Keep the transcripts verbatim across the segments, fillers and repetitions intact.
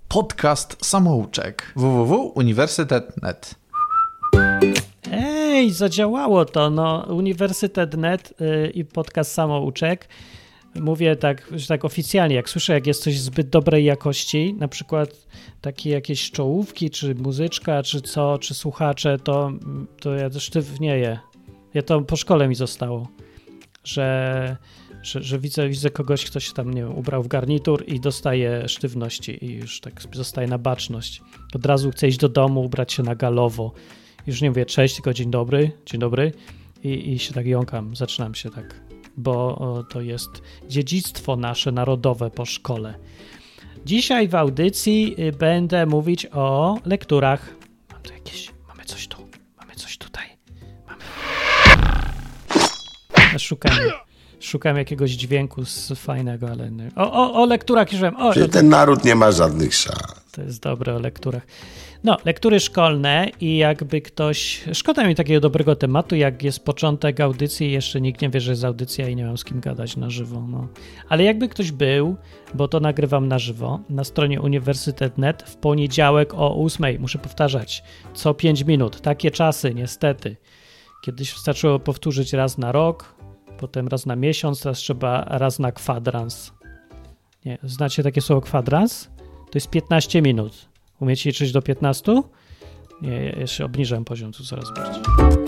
Podcast Samouczek. w w w kropka uniwersytet kropka net. Ej, zadziałało to, no. Uniwersytet kropka net yy, i podcast Samouczek. Mówię tak, że tak oficjalnie, jak słyszę, jak jest coś zbyt dobrej jakości, na przykład takie jakieś czołówki, czy muzyczka, czy co, czy słuchacze, to, to ja też sztywnieję. Ja to po szkole mi zostało, że, że, że widzę, widzę kogoś, kto się tam, nie wiem, ubrał w garnitur i dostaje sztywności i już tak zostaje na baczność. Od razu chce iść do domu, ubrać się na galowo. Już nie mówię cześć, tylko dzień dobry, dzień dobry i, i się tak jąkam, zaczynam się tak, bo o, to jest dziedzictwo nasze narodowe po szkole. Dzisiaj w audycji będę mówić o lekturach. Mam tu jakieś, mamy coś tu, mamy coś tutaj. Mamy. Szukam, szukam jakiegoś dźwięku z fajnego, ale nie. O, o, o lekturach już wiem. O, Że ten naród nie ma żadnych szans. To jest dobre o lekturach. No, lektury szkolne i jakby ktoś... Szkoda mi takiego dobrego tematu, jak jest początek audycji i jeszcze nikt nie wie, że jest audycja i nie mam z kim gadać na żywo. No. Ale jakby ktoś był, bo to nagrywam na żywo, na stronie uniwersytet kropka net w poniedziałek o ósmej. Muszę powtarzać, co pięć minut. Takie czasy, niestety. Kiedyś wystarczyło powtórzyć raz na rok, potem raz na miesiąc, teraz trzeba raz na kwadrans. Nie, znacie takie słowo kwadrans? To jest piętnaście minut. Umiecie liczyć do piętnastu? Nie, ja jeszcze obniżam poziom tu coraz bardziej.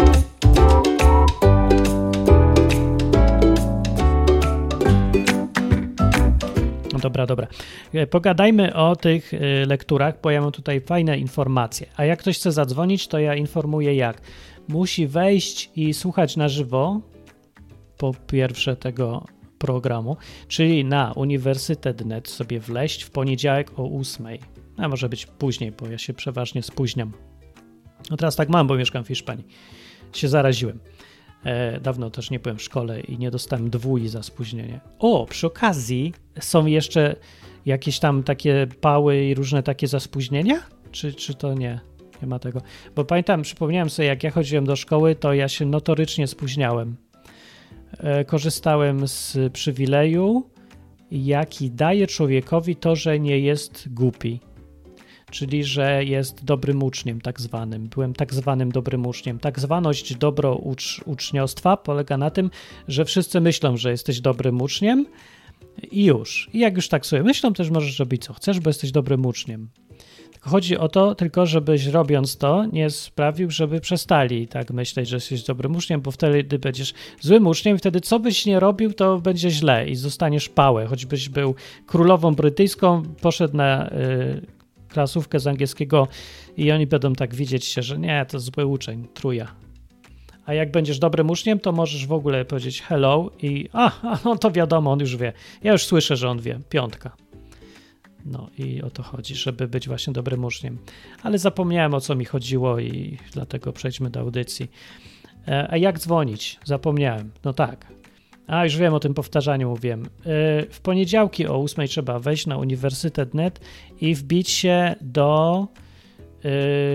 No dobra, dobra. Pogadajmy o tych lekturach, bo ja mam tutaj fajne informacje. A jak ktoś chce zadzwonić, to ja informuję jak. Musi wejść i słuchać na żywo, po pierwsze tego programu, czyli na uniwersytet kropka net sobie wleźć w poniedziałek o ósmej. A może być później, bo ja się przeważnie spóźniam. No teraz tak mam, bo mieszkam w Hiszpanii. Się zaraziłem. E, dawno też nie byłem w szkole i nie dostałem dwój za spóźnienie. O, przy okazji są jeszcze jakieś tam takie pały i różne takie za spóźnienia? Czy, czy to nie? Nie ma tego. Bo pamiętam, przypomniałem sobie, jak ja chodziłem do szkoły, to ja się notorycznie spóźniałem. E, korzystałem z przywileju, jaki daje człowiekowi to, że nie jest głupi. Czyli, że jest dobrym uczniem tak zwanym. Byłem tak zwanym dobrym uczniem. Tak zwaność dobro ucz, uczniostwa polega na tym, że wszyscy myślą, że jesteś dobrym uczniem i już. I jak już tak sobie myślą, też możesz robić co chcesz, bo jesteś dobrym uczniem. Tylko chodzi o to tylko, żebyś robiąc to nie sprawił, żeby przestali tak myśleć, że jesteś dobrym uczniem, bo wtedy będziesz złym uczniem i wtedy co byś nie robił, to będzie źle i zostaniesz pałę. Choćbyś był królową brytyjską, poszedł na... Yy, klasówkę z angielskiego i oni będą tak widzieć się, że nie, to zły uczeń, truja. A jak będziesz dobrym uczniem, to możesz w ogóle powiedzieć hello i a, a no to wiadomo, on już wie. Ja już słyszę, że on wie. Piątka. No i o to chodzi, żeby być właśnie dobrym uczniem. Ale zapomniałem, o co mi chodziło i dlatego przejdźmy do audycji. A jak dzwonić? Zapomniałem. No tak. A, już wiem, o tym powtarzaniu mówiłem. W poniedziałki o ósmej trzeba wejść na uniwersytet kropka net i wbić się do yy,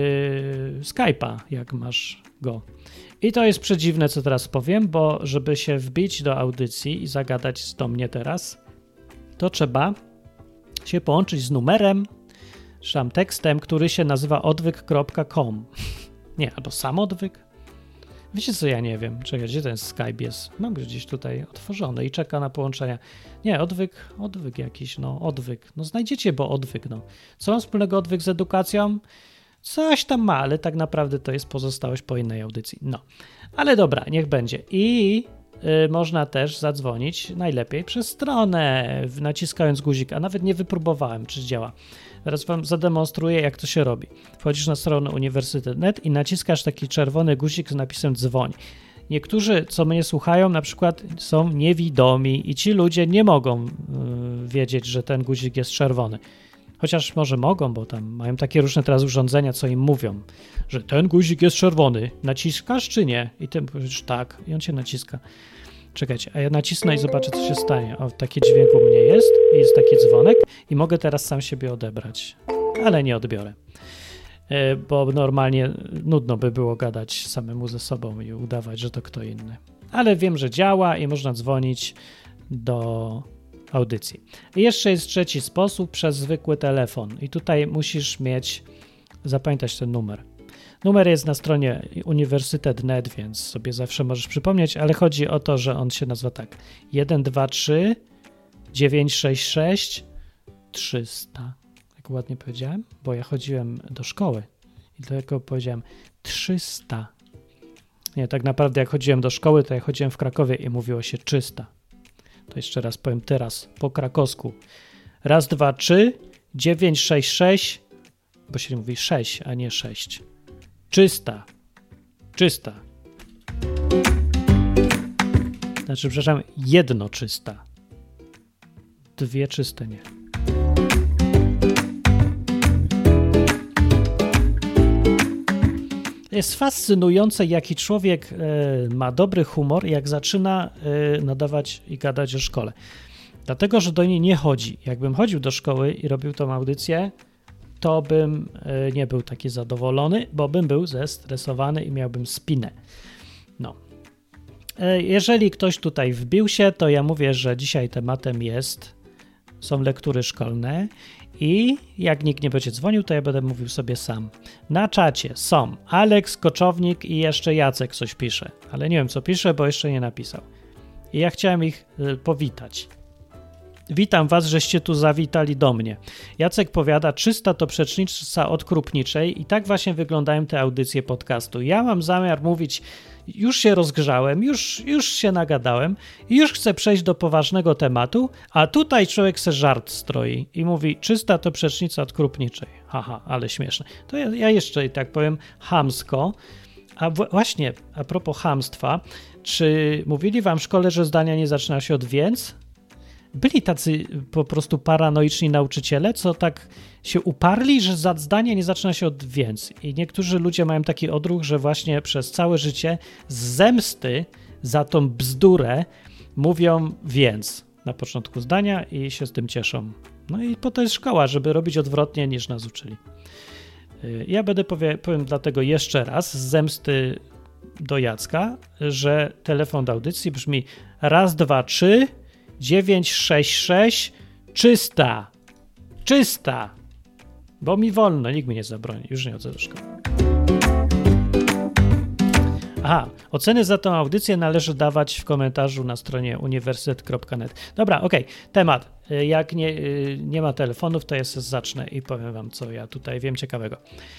Skype'a, jak masz go. I to jest przedziwne, co teraz powiem, bo żeby się wbić do audycji i zagadać do mnie teraz, to trzeba się połączyć z numerem, czy tam tekstem, który się nazywa odwyk kropka com. Nie, albo sam odwyk. Wiecie co, ja nie wiem. Czekaj, gdzie ten Skype jest? Mam gdzieś tutaj otworzony i czeka na połączenia. Nie, odwyk, odwyk jakiś, no, odwyk. No znajdziecie, bo odwyk, no. Co ma wspólnego odwyk z edukacją? Coś tam ma, ale tak naprawdę to jest pozostałość po innej audycji. No, ale dobra, niech będzie. I y, można też zadzwonić najlepiej przez stronę, naciskając guzik, a nawet nie wypróbowałem, czy działa. Teraz wam zademonstruję, jak to się robi. Wchodzisz na stronę uniwersytet kropka net i naciskasz taki czerwony guzik z napisem dzwoń. Niektórzy, co mnie słuchają, na przykład są niewidomi i ci ludzie nie mogą yy, wiedzieć, że ten guzik jest czerwony. Chociaż może mogą, bo tam mają takie różne teraz urządzenia, co im mówią, że ten guzik jest czerwony. Naciskasz czy nie? I ty powiesz tak. I on cię naciska. Czekajcie, a ja nacisnę i zobaczę, co się stanie. O, taki dźwięk u mnie jest, jest taki dzwonek i mogę teraz sam siebie odebrać, ale nie odbiorę, bo normalnie nudno by było gadać samemu ze sobą i udawać, że to kto inny. Ale wiem, że działa i można dzwonić do audycji. I jeszcze jest trzeci sposób, przez zwykły telefon. I tutaj musisz mieć, zapamiętać ten numer. Numer jest na stronie uniwersytet kropka net, więc sobie zawsze możesz przypomnieć, ale chodzi o to, że on się nazywa tak jeden dwa trzy dziewięć sześć sześć trzysta. Jak ładnie powiedziałem? Bo ja chodziłem do szkoły i tylko powiedziałem trzysta. Nie, tak naprawdę jak chodziłem do szkoły, to ja chodziłem w Krakowie i mówiło się trzysta. To jeszcze raz powiem teraz, po krakowsku. Raz, dwa, trzy, dziewięć, sześć, sześć, bo się mówi sześć, a nie sześć. Czysta. Czysta. Znaczy, przepraszam, jedno czysta. Dwie czyste nie. Jest fascynujące, jaki człowiek e, ma dobry humor, jak zaczyna e, nadawać i gadać o szkole. Dlatego, że do niej nie chodzi. Jakbym chodził do szkoły i robił tą audycję, to bym e, nie był taki zadowolony, bo bym był zestresowany i miałbym spinę. No. E, jeżeli ktoś tutaj wbił się, to ja mówię, że dzisiaj tematem jest, są lektury szkolne. I jak nikt nie będzie dzwonił, to ja będę mówił sobie sam. Na czacie są Aleks, Koczownik i jeszcze Jacek coś pisze. Ale nie wiem, co pisze, bo jeszcze nie napisał. I ja chciałem ich y, powitać. Witam was, żeście tu zawitali do mnie. Jacek powiada, trzysta to przecznica od Krupniczej i tak właśnie wyglądają te audycje podcastu. Ja mam zamiar mówić, już się rozgrzałem, już, już się nagadałem i już chcę przejść do poważnego tematu, a tutaj człowiek se żart stroi i mówi, trzysta to przecznica od Krupniczej. Haha, ale śmieszne. To ja, ja jeszcze i tak powiem chamsko. A w, właśnie, a propos chamstwa, czy mówili wam w szkole, że zdania nie zaczyna się od więc? Byli tacy po prostu paranoiczni nauczyciele, co tak się uparli, że zdania nie zaczyna się od więc. I niektórzy ludzie mają taki odruch, że właśnie przez całe życie z zemsty za tą bzdurę mówią więc na początku zdania i się z tym cieszą. No i po to jest szkoła, żeby robić odwrotnie niż nas uczyli. Ja będę powie, powiem dlatego jeszcze raz z zemsty do Jacka, że telefon do audycji brzmi raz, dwa, trzy, dziewięć, sześć, sześć, czysta. Czysta. Bo mi wolno, nikt mi nie zabroni. Już nie chodzę do szkoły. Aha, oceny za tą audycję należy dawać w komentarzu na stronie uniwersytet kropka net. Dobra, okej, okay. Temat. Jak nie, nie ma telefonów, to ja sobie zacznę i powiem wam, co ja tutaj wiem ciekawego.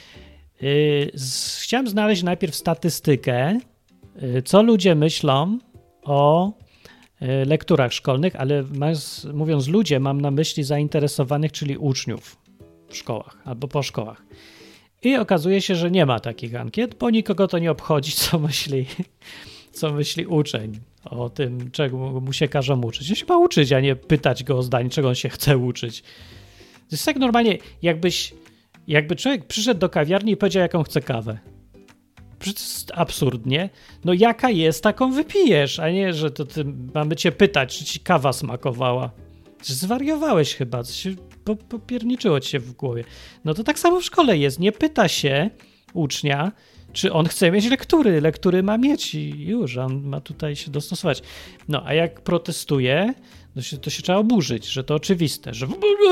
Chciałem znaleźć najpierw statystykę, co ludzie myślą o lekturach szkolnych, ale mówiąc ludzie, mam na myśli zainteresowanych, czyli uczniów w szkołach albo po szkołach. I okazuje się, że nie ma takich ankiet, bo nikogo to nie obchodzi, co myśli, co myśli uczeń o tym, czego mu się każą uczyć. On się ma uczyć, a nie pytać go o zdanie, czego on się chce uczyć. To jest tak normalnie, jakbyś, jakby człowiek przyszedł do kawiarni i powiedział, jaką chce kawę. To jest absurdnie. No jaka jest, taką wypijesz, a nie, że to ty, mamy cię pytać, czy ci kawa smakowała. Zwariowałeś chyba, się popierniczyło ci się w głowie. No to tak samo w szkole jest. Nie pyta się ucznia, czy on chce mieć lektury. Lektury ma mieć i już, on ma tutaj się dostosować. No a jak protestuje, to się, to się trzeba oburzyć, że to oczywiste, że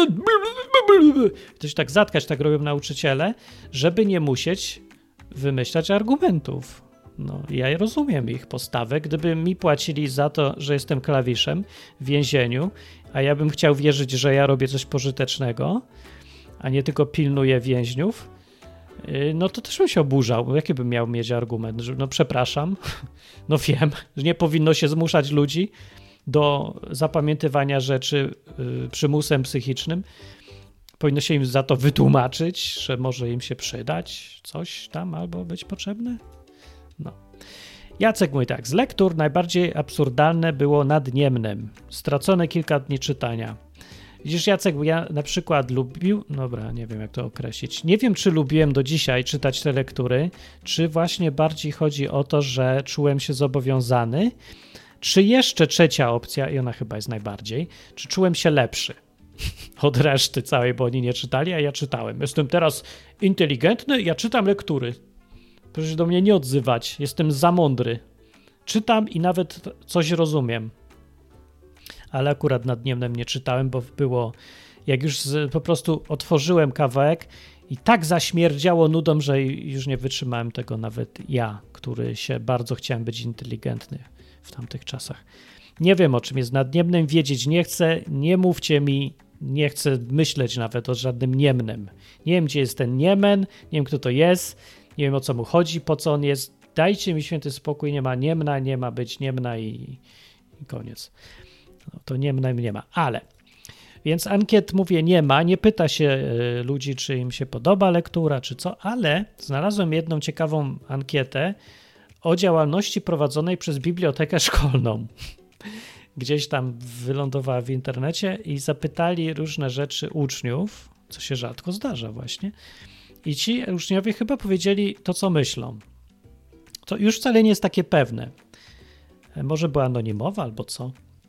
to się tak zatkać, tak robią nauczyciele, żeby nie musieć wymyślać argumentów. No, ja rozumiem ich postawę. Gdyby mi płacili za to, że jestem klawiszem w więzieniu, a ja bym chciał wierzyć, że ja robię coś pożytecznego, a nie tylko pilnuję więźniów, no to też bym się oburzał. Jaki bym miał mieć argument? Że, no przepraszam, no wiem, że nie powinno się zmuszać ludzi do zapamiętywania rzeczy y, przymusem psychicznym. Powinno się im za to wytłumaczyć, że może im się przydać coś tam albo być potrzebne. No. Jacek mówi tak, z lektur najbardziej absurdalne było Nad Niemnem. Stracone kilka dni czytania. Widzisz, Jacek, bo ja na przykład lubił, dobra, nie wiem jak to określić, nie wiem czy lubiłem do dzisiaj czytać te lektury, czy właśnie bardziej chodzi o to, że czułem się zobowiązany, czy jeszcze trzecia opcja, i ona chyba jest najbardziej, czy czułem się lepszy od reszty całej, bo oni nie czytali, a ja czytałem. Jestem teraz inteligentny, ja czytam lektury. Proszę się do mnie nie odzywać, jestem za mądry. Czytam i nawet coś rozumiem. ale akurat nad Niemnem nie czytałem, bo było, jak już z, po prostu otworzyłem kawałek i tak zaśmierdziało nudą, że już nie wytrzymałem tego nawet ja, który się bardzo chciałem być inteligentny w tamtych czasach. Nie wiem, o czym jest nad Niemnem, wiedzieć nie chcę, nie mówcie mi, nie chcę myśleć nawet o żadnym Niemnem. Nie wiem, gdzie jest ten Niemen, nie wiem, kto to jest, nie wiem, o co mu chodzi, po co on jest. Dajcie mi święty spokój, nie ma Niemna, nie ma być Niemna i, i koniec. No, to Niemna nie ma, ale... Więc ankiet, mówię, nie ma, nie pyta się y, ludzi, czy im się podoba lektura, czy co, ale znalazłem jedną ciekawą ankietę o działalności prowadzonej przez bibliotekę szkolną. Gdzieś tam wylądowała w internecie i zapytali różne rzeczy uczniów, co się rzadko zdarza właśnie. I ci uczniowie chyba powiedzieli to, co myślą. To już wcale nie jest takie pewne. Może była anonimowa albo co?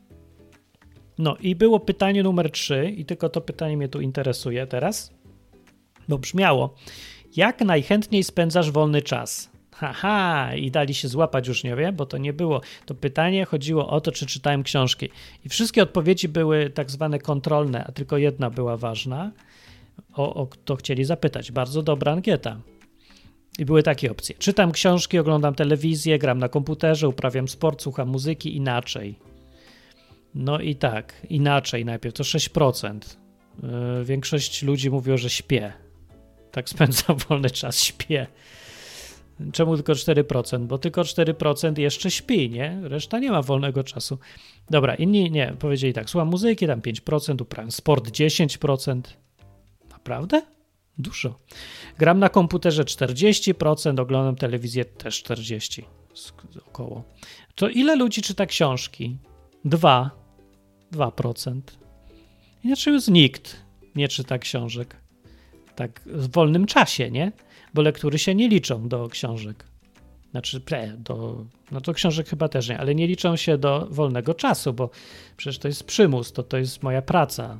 No i było pytanie numer trzy i tylko to pytanie mnie tu interesuje teraz, bo brzmiało: jak najchętniej spędzasz wolny czas? Haha, i dali się złapać uczniowie, bo to nie było. To pytanie chodziło o to, czy czytałem książki. I wszystkie odpowiedzi były tak zwane kontrolne, a tylko jedna była ważna, o, o kto chcieli zapytać. Bardzo dobra ankieta. I były takie opcje: czytam książki, oglądam telewizję, gram na komputerze, uprawiam sport, słucham muzyki, inaczej. No i tak, inaczej najpierw, to sześć procent. Yy, większość ludzi mówiło, że śpię. Tak spędzam wolny czas, śpię. Czemu tylko cztery procent? Bo tylko cztery procent jeszcze śpi, nie? Reszta nie ma wolnego czasu. Dobra, inni nie, powiedzieli tak, słucham muzyki, tam pięć procent, uprawiam sport dziesięć procent. Naprawdę? Dużo. Gram na komputerze czterdzieści procent, oglądam telewizję też czterdzieści procent około. To ile ludzi czyta książki? Dwa. Dwa procent. Inaczej już nikt nie czyta książek. Tak w wolnym czasie, nie? Bo lektury się nie liczą do książek. Znaczy, pre, do, no to książek chyba też nie, ale nie liczą się do wolnego czasu, bo przecież to jest przymus, to to jest moja praca,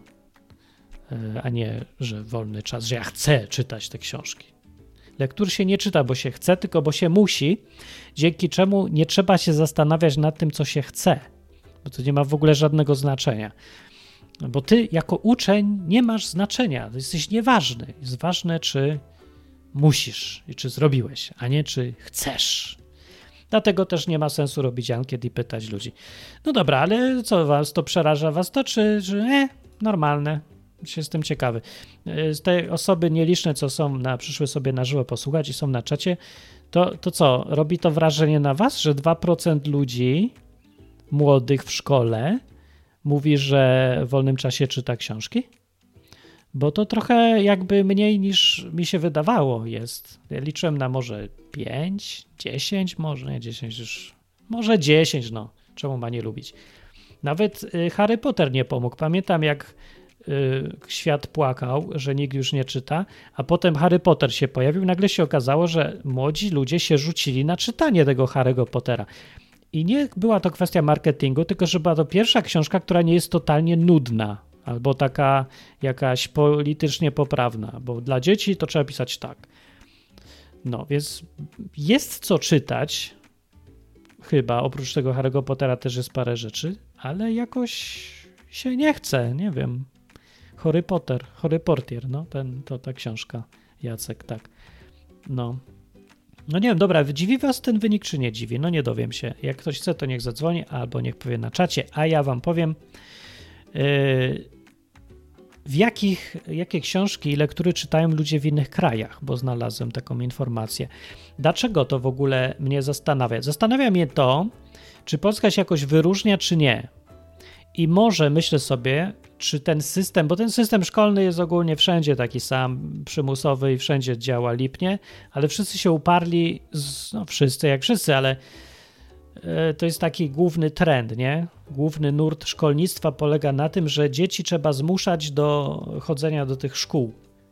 a nie, że wolny czas, że ja chcę czytać te książki. Lektur się nie czyta, bo się chce, tylko bo się musi, dzięki czemu nie trzeba się zastanawiać nad tym, co się chce, bo to nie ma w ogóle żadnego znaczenia. Bo ty jako uczeń nie masz znaczenia, to jesteś nieważny. Jest ważne, czy musisz i czy zrobiłeś, a nie czy chcesz. Dlatego też nie ma sensu robić ankiet i pytać ludzi. No dobra, ale co was to przeraża? Was to czy, czy e, normalne? Jestem ciekawy. Z tej osoby nieliczne, co są na, przyszły sobie na żywo posłuchać i są na czacie, to, to co? Robi to wrażenie na was, że dwa procent ludzi młodych w szkole mówi, że w wolnym czasie czyta książki? Bo to trochę jakby mniej niż mi się wydawało jest. Ja liczyłem na może pięć, dziesięć, może nie dziesięć już, może dziesięć, no. Czemu ma nie lubić? Nawet Harry Potter nie pomógł. Pamiętam, jak y, świat płakał, że nikt już nie czyta, a potem Harry Potter się pojawił. Nagle się okazało, że młodzi ludzie się rzucili na czytanie tego Harry'ego Pottera. I nie była to kwestia marketingu, tylko że była to pierwsza książka, która nie jest totalnie nudna albo taka jakaś politycznie poprawna, bo dla dzieci to trzeba pisać tak. No, więc jest co czytać, chyba, oprócz tego Harry'ego Pottera też jest parę rzeczy, ale jakoś się nie chce, nie wiem. Harry Potter, Harry Portier, no, ten, to ta książka, Jacek, tak. No. No nie wiem, dobra, dziwi was ten wynik, czy nie dziwi? No nie dowiem się. Jak ktoś chce, to niech zadzwoni, albo niech powie na czacie, a ja wam powiem, yy, w jakich, jakie książki i lektury czytają ludzie w innych krajach, bo znalazłem taką informację. Dlaczego to w ogóle mnie zastanawia? Zastanawia mnie to, czy Polska się jakoś wyróżnia, czy nie. I może myślę sobie, czy ten system, bo ten system szkolny jest ogólnie wszędzie taki sam, przymusowy i wszędzie działa lipnie, ale wszyscy się uparli, z, no wszyscy jak wszyscy, ale y, to jest taki główny trend, nie? Główny nurt szkolnictwa polega na tym, że dzieci trzeba zmuszać do chodzenia do tych szkół.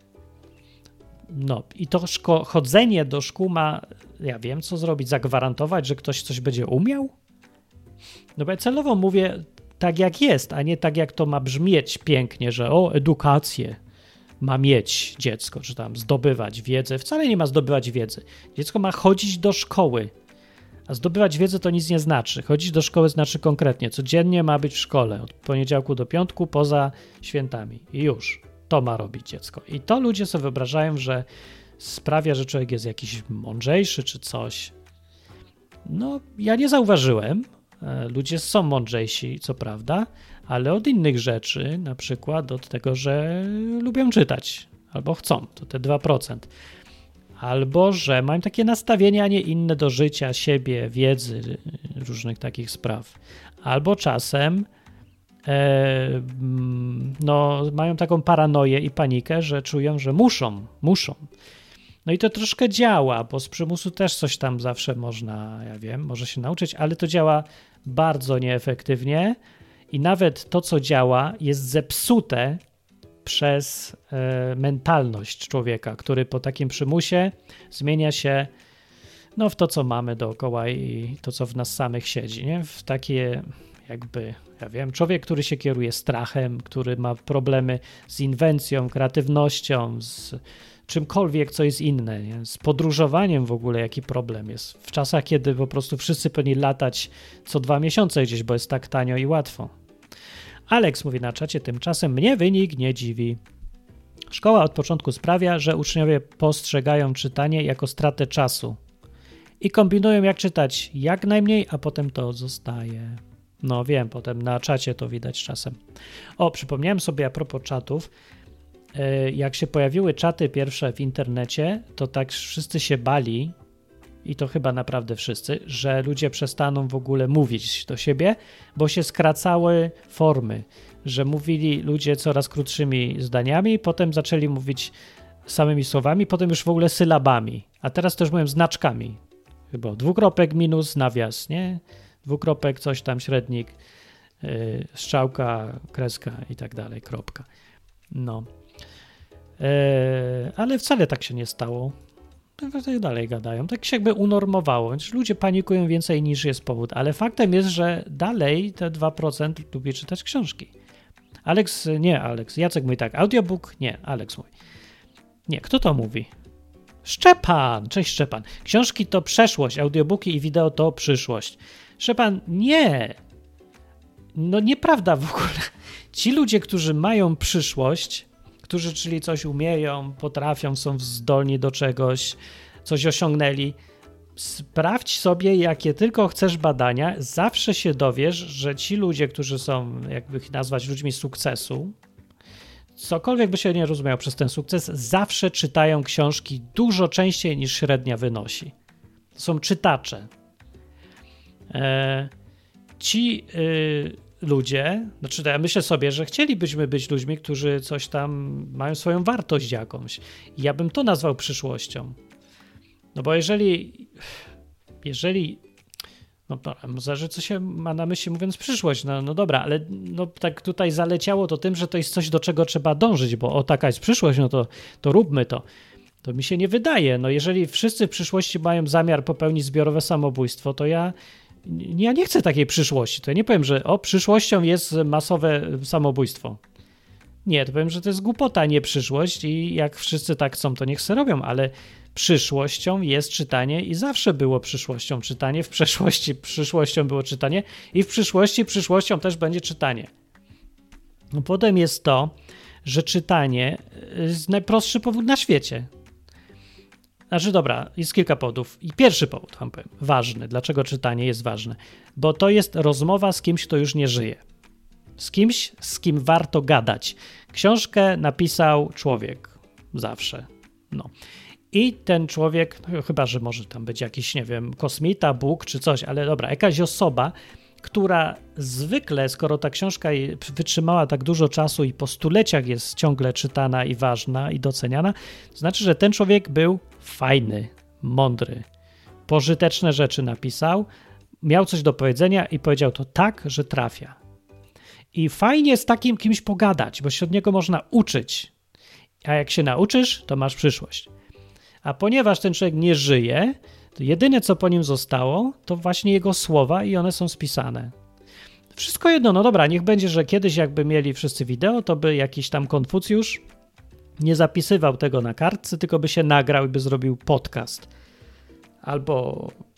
No i to szko- chodzenie do szkół ma, ja wiem co zrobić, zagwarantować, że ktoś coś będzie umiał? No bo ja celowo mówię tak jak jest, a nie tak jak to ma brzmieć pięknie, że o, edukację ma mieć dziecko, czy tam zdobywać wiedzę. Wcale nie ma zdobywać wiedzy. Dziecko ma chodzić do szkoły, A zdobywać wiedzę to nic nie znaczy. Chodzić do szkoły znaczy konkretnie. Codziennie ma być w szkole. Od poniedziałku do piątku, poza świętami. I już. To ma robić dziecko. I to ludzie sobie wyobrażają, że sprawia, że człowiek jest jakiś mądrzejszy czy coś. No, ja nie zauważyłem. Ludzie są mądrzejsi, co prawda, ale od innych rzeczy, na przykład od tego, że lubią czytać. Albo chcą. To te dwa procent. Albo, że mają takie nastawienie, a nie inne do życia, siebie, wiedzy, różnych takich spraw. Albo czasem e, no, mają taką paranoję i panikę, że czują, że muszą, muszą. No i to troszkę działa, bo z przymusu też coś tam zawsze można, ja wiem, może się nauczyć, ale to działa bardzo nieefektywnie i nawet to, co działa, jest zepsute przez e, mentalność człowieka, który po takim przymusie zmienia się no, w to, co mamy dookoła i to, co w nas samych siedzi, nie? W takie jakby, ja wiem, człowiek, który się kieruje strachem, który ma problemy z inwencją, kreatywnością, z czymkolwiek, co jest inne, nie? Z podróżowaniem w ogóle, jaki problem jest. W czasach, kiedy po prostu wszyscy powinni latać co dwa miesiące gdzieś, bo jest tak tanio i łatwo. Alex mówi na czacie, tymczasem mnie wynik nie dziwi. Szkoła od początku sprawia, że uczniowie postrzegają czytanie jako stratę czasu i kombinują, jak czytać jak najmniej, a potem to zostaje. No wiem, potem na czacie to widać czasem. O, przypomniałem sobie a propos czatów, jak się pojawiły czaty pierwsze w internecie, to tak wszyscy się bali, i to chyba naprawdę wszyscy, że ludzie przestaną w ogóle mówić do siebie, bo się skracały formy, że mówili ludzie coraz krótszymi zdaniami, potem zaczęli mówić samymi słowami, potem już w ogóle sylabami, a teraz też mówią znaczkami. Chyba dwukropek minus nawias, nie? Dwukropek, coś tam, średnik, yy, strzałka, kreska i tak dalej, kropka. No. Yy, ale wcale tak się nie stało. Tak dalej gadają. Tak się jakby unormowało. Ludzie panikują więcej niż jest powód, ale faktem jest, że dalej te dwa procent lubi czytać książki. Alex, nie Alex, Jacek mówi tak, audiobook, nie, Alex mówi. Nie, kto to mówi? Szczepan, cześć Szczepan. Książki to przeszłość, audiobooki i wideo to przyszłość. Szczepan, nie. No nieprawda w ogóle. Ci ludzie, którzy mają przyszłość, którzy czyli coś umieją, potrafią, są zdolni do czegoś, coś osiągnęli, sprawdź sobie, jakie tylko chcesz badania, zawsze się dowiesz, że ci ludzie, którzy są, jakby ich nazwać, ludźmi sukcesu, cokolwiek by się nie rozumiał przez ten sukces, zawsze czytają książki dużo częściej niż średnia wynosi. To są czytacze. E, ci y, ludzie, znaczy ja myślę sobie, że chcielibyśmy być ludźmi, którzy coś tam mają swoją wartość jakąś. Ja bym to nazwał przyszłością. No bo jeżeli jeżeli no zależy, co się ma na myśli mówiąc przyszłość, no, no dobra, ale no tak tutaj zaleciało to tym, że to jest coś, do czego trzeba dążyć, bo o, taka jest przyszłość, no to, to róbmy to. To mi się nie wydaje. No jeżeli wszyscy w przyszłości mają zamiar popełnić zbiorowe samobójstwo, to ja Ja nie chcę takiej przyszłości. To ja nie powiem, że o, przyszłością jest masowe samobójstwo. Nie, to powiem, że to jest głupota, a nie przyszłość i jak wszyscy tak chcą, to niech se robią, ale przyszłością jest czytanie i zawsze było przyszłością czytanie, w przeszłości przyszłością było czytanie i w przyszłości przyszłością też będzie czytanie. No potem jest to, że czytanie jest najprostszy powód na świecie. Znaczy dobra, jest kilka powodów. I pierwszy powód wam powiem, ważny. Dlaczego czytanie jest ważne? Bo to jest rozmowa z kimś, kto już nie żyje. Z kimś, z kim warto gadać. Książkę napisał człowiek. Zawsze. No. I ten człowiek, no chyba że może tam być jakiś, nie wiem, kosmita, Bóg czy coś, ale dobra, jakaś osoba, która zwykle, skoro ta książka wytrzymała tak dużo czasu i po stuleciach jest ciągle czytana i ważna i doceniana, to znaczy, że ten człowiek był fajny, mądry, pożyteczne rzeczy napisał, miał coś do powiedzenia i powiedział to tak, że trafia. I fajnie z takim kimś pogadać, bo się od niego można uczyć. A jak się nauczysz, to masz przyszłość. A ponieważ ten człowiek nie żyje, to jedyne, co po nim zostało, to właśnie jego słowa i one są spisane. Wszystko jedno, no dobra, niech będzie, że kiedyś jakby mieli wszyscy wideo, to by jakiś tam Konfucjusz nie zapisywał tego na kartce, tylko by się nagrał i by zrobił podcast. Albo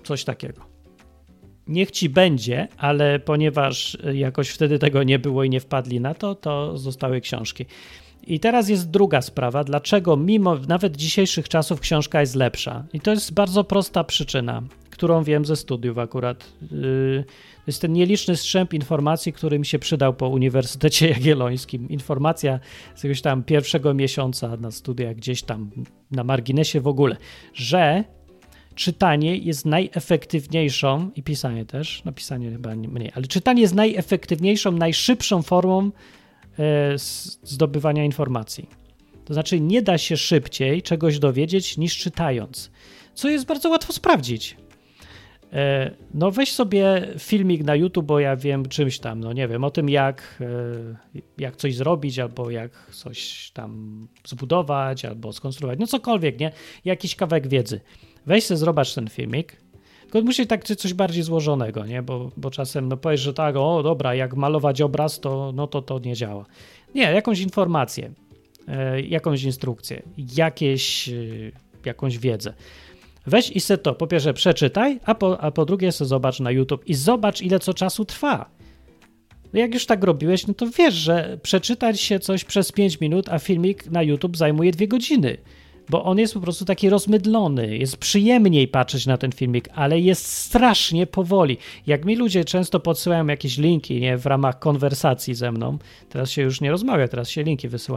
coś takiego. Niech ci będzie, ale ponieważ jakoś wtedy tego nie było i nie wpadli na to, to zostały książki. I teraz jest druga sprawa, dlaczego mimo nawet dzisiejszych czasów książka jest lepsza. I to jest bardzo prosta przyczyna, którą wiem ze studiów akurat. Yy, to jest ten nieliczny strzęp informacji, który mi się przydał po Uniwersytecie Jagiellońskim. Informacja z jakiegoś tam pierwszego miesiąca na studiach, gdzieś tam na marginesie w ogóle, że czytanie jest najefektywniejszą, i pisanie też, napisanie chyba mniej, ale czytanie jest najefektywniejszą, najszybszą formą e, zdobywania informacji. To znaczy nie da się szybciej czegoś dowiedzieć niż czytając, co jest bardzo łatwo sprawdzić. E, no weź sobie filmik na YouTube, bo ja wiem czymś tam, no nie wiem, o tym jak, e, jak coś zrobić, albo jak coś tam zbudować, albo skonstruować, no cokolwiek, nie? Jakiś kawałek wiedzy. Weź sobie, zobacz ten filmik, tylko musi tak coś bardziej złożonego, nie? Bo, bo czasem no powiesz, że tak, o dobra, jak malować obraz, to no to to nie działa. Nie, jakąś informację, e, jakąś instrukcję, jakieś, e, jakąś wiedzę. Weź i se to, po pierwsze przeczytaj, a po, a po drugie se zobacz na YouTube i zobacz, ile co czasu trwa. Jak już tak robiłeś, no to wiesz, że przeczytać się coś przez pięć minut, a filmik na YouTube zajmuje dwie godziny. Bo on jest po prostu taki rozmydlony, jest przyjemniej patrzeć na ten filmik, ale jest strasznie powoli. Jak mi ludzie często podsyłają jakieś linki, nie, w ramach konwersacji ze mną, teraz się już nie rozmawia, teraz się linki wysyła,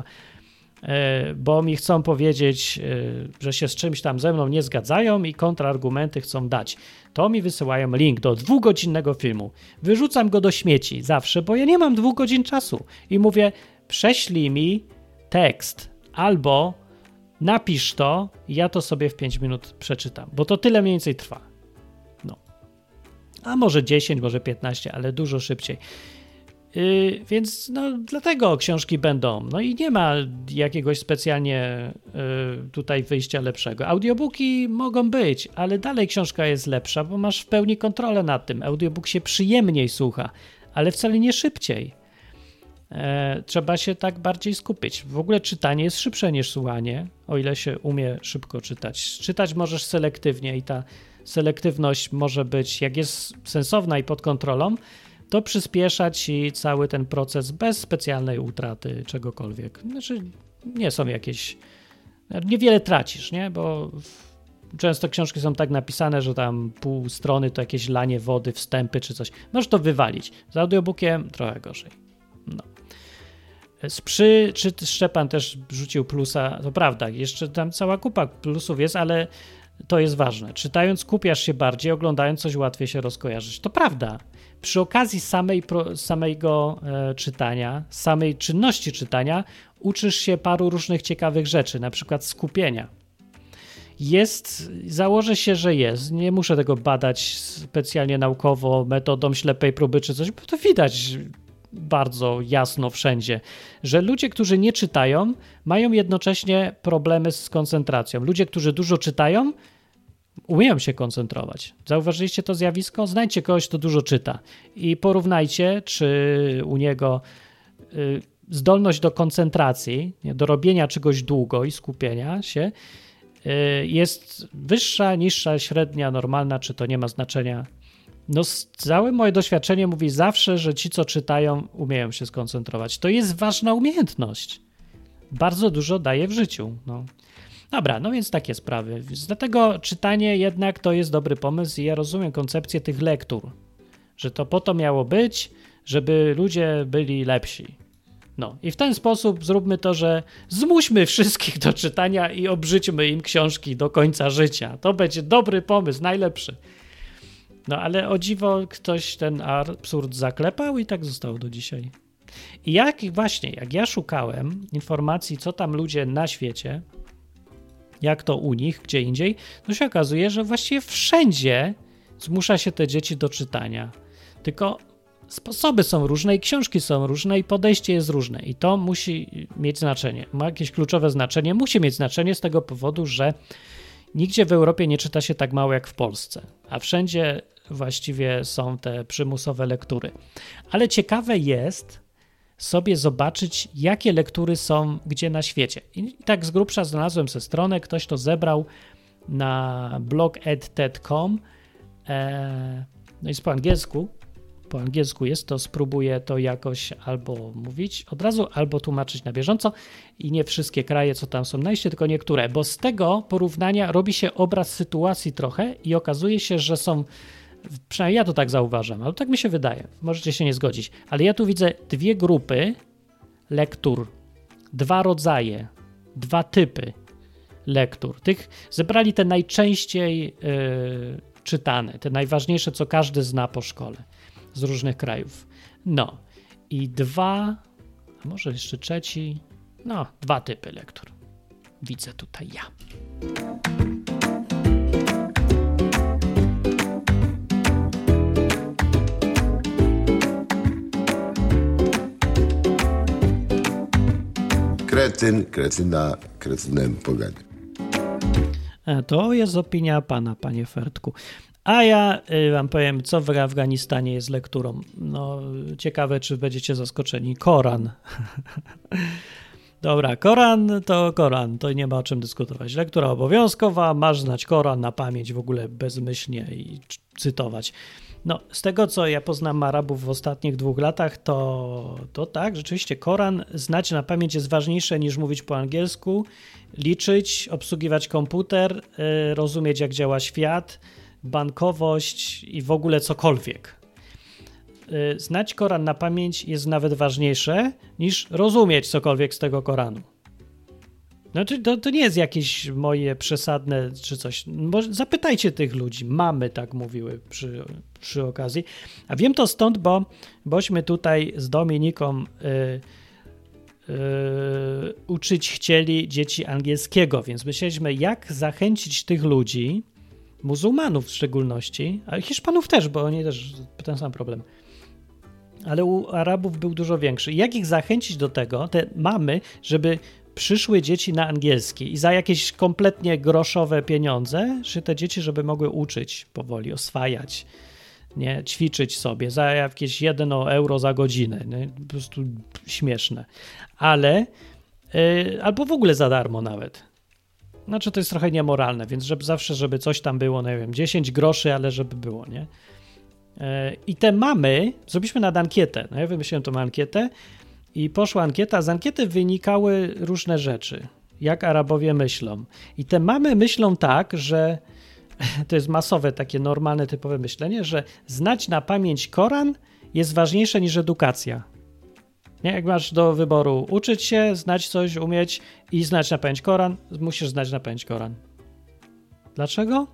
bo mi chcą powiedzieć, że się z czymś tam ze mną nie zgadzają i kontrargumenty chcą dać, to mi wysyłają link do dwugodzinnego filmu. Wyrzucam go do śmieci zawsze, bo ja nie mam dwóch godzin czasu i mówię, prześlij mi tekst albo napisz to i ja to sobie w pięć minut przeczytam, bo to tyle mniej więcej trwa. No. A może dziesięć, może piętnaście, ale dużo szybciej. Yy, więc no dlatego książki będą. No i nie ma jakiegoś specjalnie yy, tutaj wyjścia lepszego. Audiobooki mogą być, ale dalej książka jest lepsza, bo masz w pełni kontrolę nad tym. Audiobook się przyjemniej słucha, ale wcale nie szybciej. E, trzeba się tak bardziej skupić. W ogóle czytanie jest szybsze niż słuchanie, o ile się umie szybko czytać. Czytać możesz selektywnie i ta selektywność może być, jak jest sensowna i pod kontrolą, to przyspiesza ci cały ten proces bez specjalnej utraty czegokolwiek. Znaczy nie są jakieś... Niewiele tracisz, nie? Bo często książki są tak napisane, że tam pół strony to jakieś lanie wody, wstępy czy coś. Możesz to wywalić. Z audiobookiem trochę gorzej. No. Przy, czy Szczepan też rzucił plusa, to prawda, jeszcze tam cała kupa plusów jest, ale to jest ważne. Czytając skupiasz się bardziej, oglądając coś łatwiej się rozkojarzyć. To prawda. Przy okazji samej, samego e, czytania, samej czynności czytania uczysz się paru różnych ciekawych rzeczy, na przykład skupienia. Jest, założę się, że jest, nie muszę tego badać specjalnie naukowo, metodą ślepej próby czy coś, bo to widać bardzo jasno wszędzie, że ludzie, którzy nie czytają, mają jednocześnie problemy z koncentracją. Ludzie, którzy dużo czytają, umieją się koncentrować. Zauważyliście to zjawisko? Znajdźcie kogoś, kto dużo czyta i porównajcie, czy u niego y, zdolność do koncentracji, nie, do robienia czegoś długo i skupienia się y, jest wyższa, niższa, średnia, normalna, czy to nie ma znaczenia. No całe moje doświadczenie mówi zawsze, że ci, co czytają, umieją się skoncentrować. To jest ważna umiejętność. Bardzo dużo daje w życiu. No. Dobra, no więc takie sprawy. Dlatego czytanie jednak to jest dobry pomysł i ja rozumiem koncepcję tych lektur, że to po to miało być, żeby ludzie byli lepsi. No i w ten sposób zróbmy to, że zmuśmy wszystkich do czytania i obrzydźmy im książki do końca życia. To będzie dobry pomysł, najlepszy. No ale o dziwo ktoś ten absurd zaklepał i tak zostało do dzisiaj. I jak właśnie, jak ja szukałem informacji, co tam ludzie na świecie, jak to u nich, gdzie indziej, to się okazuje, że właściwie wszędzie zmusza się te dzieci do czytania. Tylko sposoby są różne i książki są różne i podejście jest różne i to musi mieć znaczenie. Ma jakieś kluczowe znaczenie, musi mieć znaczenie z tego powodu, że nigdzie w Europie nie czyta się tak mało jak w Polsce, a wszędzie właściwie są te przymusowe lektury. Ale ciekawe jest sobie zobaczyć, jakie lektury są gdzie na świecie. I tak z grubsza znalazłem sobie stronę, ktoś to zebrał na blog ed kropka com E, no i po angielsku, po angielsku jest to, spróbuję to jakoś albo mówić od razu, albo tłumaczyć na bieżąco i nie wszystkie kraje, co tam są na liście, tylko niektóre, bo z tego porównania robi się obraz sytuacji trochę i okazuje się, że są, przynajmniej ja to tak zauważam, ale tak mi się wydaje, możecie się nie zgodzić, ale ja tu widzę dwie grupy lektur, dwa rodzaje, dwa typy lektur. Tych zebrali te najczęściej yy, czytane, te najważniejsze, co każdy zna po szkole z różnych krajów. No i dwa, a może jeszcze trzeci, no dwa typy lektur. Widzę tutaj ja. Kretyn, kretyna, kretynem pogania. To jest opinia pana, panie Fertku. A ja y, wam powiem, co w Afganistanie jest lekturą. No, ciekawe, czy będziecie zaskoczeni. Koran. Dobra, Koran to Koran, to nie ma o czym dyskutować. Lektura obowiązkowa, masz znać Koran na pamięć w ogóle bezmyślnie i cytować. No, z tego, co ja poznam Arabów w ostatnich dwóch latach, to, to tak, rzeczywiście Koran znać na pamięć jest ważniejsze niż mówić po angielsku, liczyć, obsługiwać komputer, y, rozumieć, jak działa świat, bankowość i w ogóle cokolwiek. Y, znać Koran na pamięć jest nawet ważniejsze niż rozumieć cokolwiek z tego Koranu. Znaczy, to, to nie jest jakieś moje przesadne czy coś. Może zapytajcie tych ludzi. Mamy tak mówiły przy, przy okazji. A wiem to stąd, bo bośmy tutaj z Dominiką y, y, uczyć chcieli dzieci angielskiego, więc myśleliśmy, jak zachęcić tych ludzi, muzułmanów w szczególności, ale Hiszpanów też, bo oni też ten sam problem. Ale u Arabów był dużo większy. Jak ich zachęcić do tego, te mamy, żeby przyszły dzieci na angielski i za jakieś kompletnie groszowe pieniądze, że te dzieci, żeby mogły uczyć powoli, oswajać, nie, ćwiczyć sobie za jakieś jedno euro za godzinę. Nie? Po prostu śmieszne. Ale yy, albo w ogóle za darmo nawet. Znaczy to jest trochę niemoralne, więc żeby zawsze, żeby coś tam było, no nie wiem, dziesięć groszy, ale żeby było, nie? Yy, I te mamy, zrobiliśmy nad ankietę, no ja wymyśliłem tą ankietę, i poszła ankieta, z ankiety wynikały różne rzeczy, jak Arabowie myślą. I te mamy myślą tak, że to jest masowe, takie normalne, typowe myślenie, że znać na pamięć Koran jest ważniejsze niż edukacja. Nie? Jak masz do wyboru uczyć się, znać coś, umieć i znać na pamięć Koran, musisz znać na pamięć Koran. Dlaczego?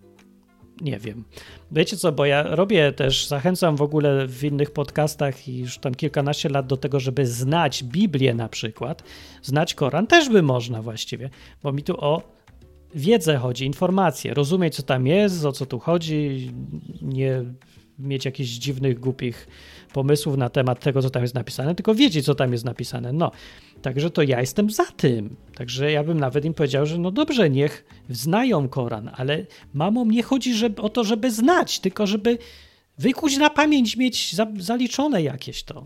Nie wiem. Wiecie co, bo ja robię też, zachęcam w ogóle w innych podcastach i już tam kilkanaście lat do tego, żeby znać Biblię na przykład, znać Koran też by można właściwie, bo mi tu o wiedzę chodzi, informacje, rozumieć co tam jest, o co tu chodzi, nie mieć jakichś dziwnych, głupich pomysłów na temat tego, co tam jest napisane, tylko wiedzieć, co tam jest napisane. No, także to ja jestem za tym. Także ja bym nawet im powiedział, że no dobrze, niech znają Koran, ale mamo, mnie chodzi żeby, o to, żeby znać, tylko żeby wykuć na pamięć, mieć za, zaliczone jakieś to.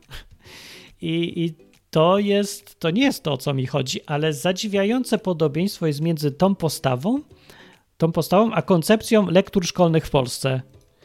I, i to jest, to nie jest to, o co mi chodzi, ale zadziwiające podobieństwo jest między tą postawą, tą postawą, a koncepcją lektur szkolnych w Polsce.